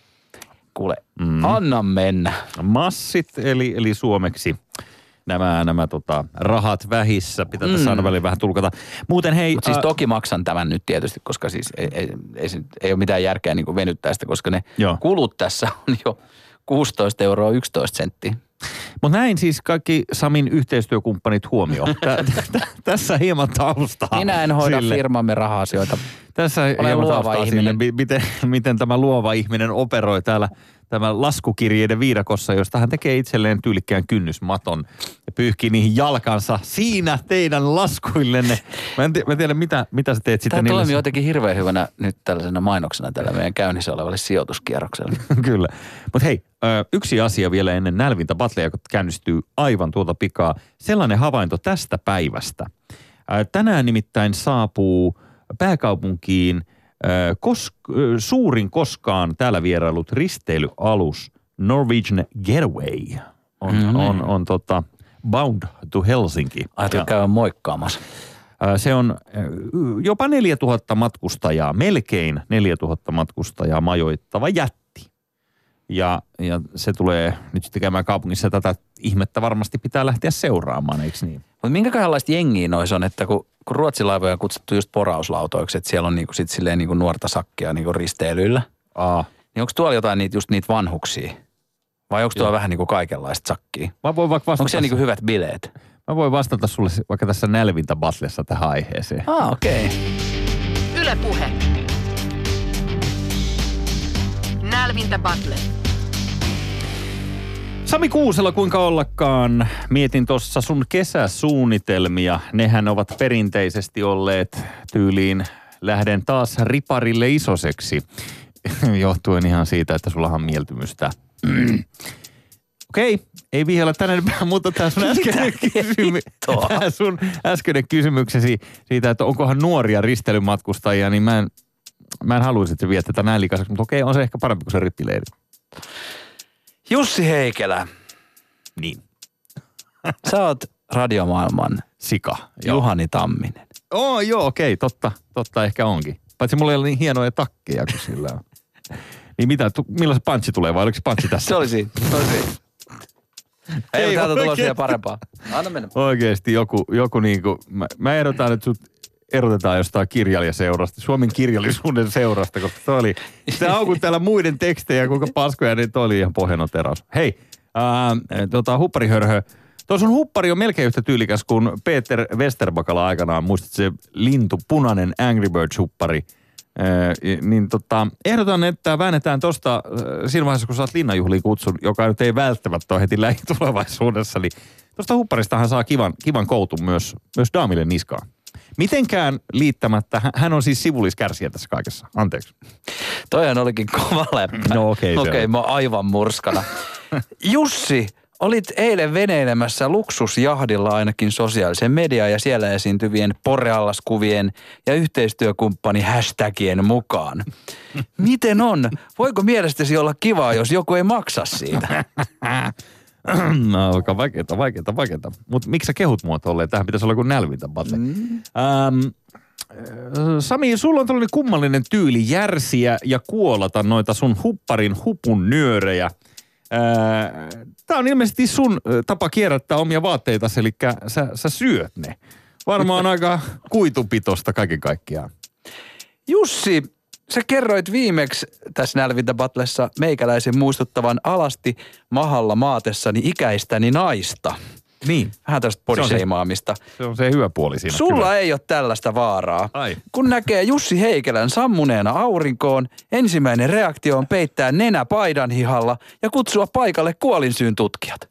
kuule, mm. anna mennä. Massit, eli, eli suomeksi nämä, nämä tota, rahat vähissä. Pitää tässä Mm. aina väliin vähän tulkata. Muuten hei... Mutta siis ä, toki maksan tämän nyt tietysti, koska siis ei, ei, ei, se- ei ole mitään järkeä niinku venyttää sitä, koska ne Joo. kulut tässä on jo kuusitoista euroa yksitoista senttiä. Mutta näin siis kaikki Samin yhteistyökumppanit huomioon. Tä, tä, tässä hieman taustaa. Minä en hoida sille. firmamme raha-asioita. Tässä Olen hieman luova taustaa ihminen. sille, mi- miten, miten tämä luova ihminen operoi täällä tämän laskukirjeiden viidakossa, josta hän tekee itselleen tyylikkään kynnysmaton ja pyyhkii niihin jalkansa. Siinä teidän laskuillenne. Mä en, tii- mä en tiedä, mitä, mitä sä teet Tämä sitten toimii niille. jotenkin hirveän hyvänä nyt tällaisena mainoksena tällä meidän käynnissä olevalle sijoituskierrokselle. Kyllä. Mutta hei, ö, yksi asia vielä ennen nälvintä battleja, joka käynnistyy aivan tuota pikaa. Sellainen havainto tästä päivästä. Ö, Tänään nimittäin saapuu pääkaupunkiin ö, kos- ö, suurin koskaan täällä vierailut risteilyalus Norwegian Getaway. On, No niin. on, on tota bound to Helsinki. Ajattelin Ja, käydä moikkaamassa. ö, Se on ö, jopa neljätuhatta matkustajaa, melkein neljätuhatta matkustajaa majoittava jätti. Ja, ja se tulee nyt sitten käymään kaupungissa. Tätä ihmettä varmasti pitää lähteä seuraamaan, eikö niin? Mutta minkälaista jengiä noissa on, että kun, kun ruotsilaivoja on kutsuttu just porauslautoiksi, että siellä on niinku sit silleen niinku nuorta sakkia niinku risteilyllä, Aa. niin onko tuolla jotain niitä, just niitä vanhuksia? Vai onko tuolla Joo. vähän niinku kaikenlaista sakkia? Mä voin vaikka vastata, Onko siellä niinku hyvät bileet? mä voin vastata sulle vaikka tässä nälvintä batlessa tähän aiheeseen. Ah, okei. Okay. Yle Puhe. Nälvintä Battle. Sami Kuusela, kuinka ollakaan, mietin tuossa sun kesäsuunnitelmia. Nehän ovat perinteisesti olleet tyyliin, lähden taas riparille isoseksi, johtuen ihan siitä, että sulla on mieltymystä. Okei, ei vielä tänne enempää, mutta tämä sun äskeinen, kysymy- tää sun äskeinen kysymyksesi siitä, että onkohan nuoria risteilymatkustajia, niin mä en, mä en haluaisi, että se vie tätä näin likaiseksi, mutta okei, on se ehkä parempi kuin se rippileiri. Jussi Heikelä, Niin. sä oot radiomaailman Sika. Juhani Tamminen. Oh, joo, okei, totta, totta ehkä onkin. Paitsi mulla ei ole niin hienoja takkeja kuin sillä on. Niin mitä, tu, milloin se punchi tulee vai oliko se punchi tässä? Se oli siinä, se oli siinä. Ei, ei täältä tulossa vielä parempaa. Anna mennä. Oikeesti joku, joku niinku, mä, mä ehdotan, että sut erotetaan jostain kirjailijaseurasta, Suomen kirjallisuuden seurasta, koska toi oli, se aukun täällä muiden tekstejä, kuinka paskoja, niin toi oli ihan pohjanoteraus. Hei, ää, tota, hupparihörhö. Tuo sun huppari on melkein yhtä tyylikäs kuin Peter Westerbakala aikanaan, muistat se lintu, punainen Angry Birds-huppari. Ee, niin tota, ehdotan, että väännetään tosta siinä vaiheessa, kun saat linnanjuhliin kutsun, joka nyt ei välttämättä ole heti lähitulevaisuudessa, niin tosta hupparistahan saa kivan, kivan koutun myös, myös daamille niskaan. Mitenkään liittämättä, hän on siis sivulliskärsiä tässä kaikessa. Anteeksi. Toihan olikin kova läppä. No okei. Okay, okei, okay, mä oon aivan murskana. Jussi, olit eilen veneilemässä luksusjahdilla ainakin sosiaalisen median ja siellä esiintyvien poreallaskuvien ja yhteistyökumppani hashtagien mukaan. Miten on? Voiko mielestäsi olla kivaa, jos joku ei maksa siitä? No, aika vaikeeta, vaikeeta, vaikeeta. Mutta miksi sä kehut mua tolleen? Tähän pitäisi olla kuin nälvintä, Batle. Mm. Ähm, Sami, sulla on tällainen kummallinen tyyli järsiä ja kuolata noita sun hupparin hupun nyörejä. Tämä on ilmeisesti sun tapa kierrättää omia vaatteita, eli sä, sä syöt ne. Varmaan aika kuitupitosta kaiken kaikkiaan. Jussi, sä kerroit viimeksi tässä Nälvintä-batlessa meikäläisen muistuttavan alasti mahalla maatessani ikäistäni naista. Niin. Vähän tästä bodyseimaamista. Se on se hyvä puoli siinä. Sulla kyllä. ei ole tällaista vaaraa. Ai. Kun näkee Jussi Heikelän sammuneena aurinkoon, ensimmäinen reaktio on peittää nenä paidan hihalla ja kutsua paikalle kuolinsyyn tutkijat.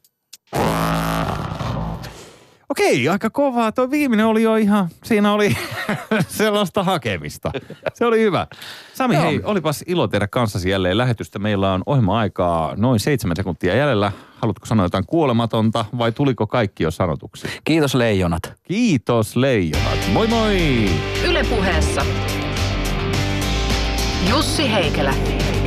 Okei, aika kovaa. Tuo viimeinen oli jo ihan, siinä oli sellaista hakemista. Se oli hyvä. Sami, Joo. hei, olipas ilo tehdä kanssasi jälleen lähetystä. Meillä on ohjelma-aikaa noin seitsemän sekuntia jäljellä. Haluatko sanoa jotain kuolematonta vai tuliko kaikki jo sanotuksi? Kiitos leijonat. Kiitos leijonat. Moi moi! Yle Puheessa Jussi Heikelä.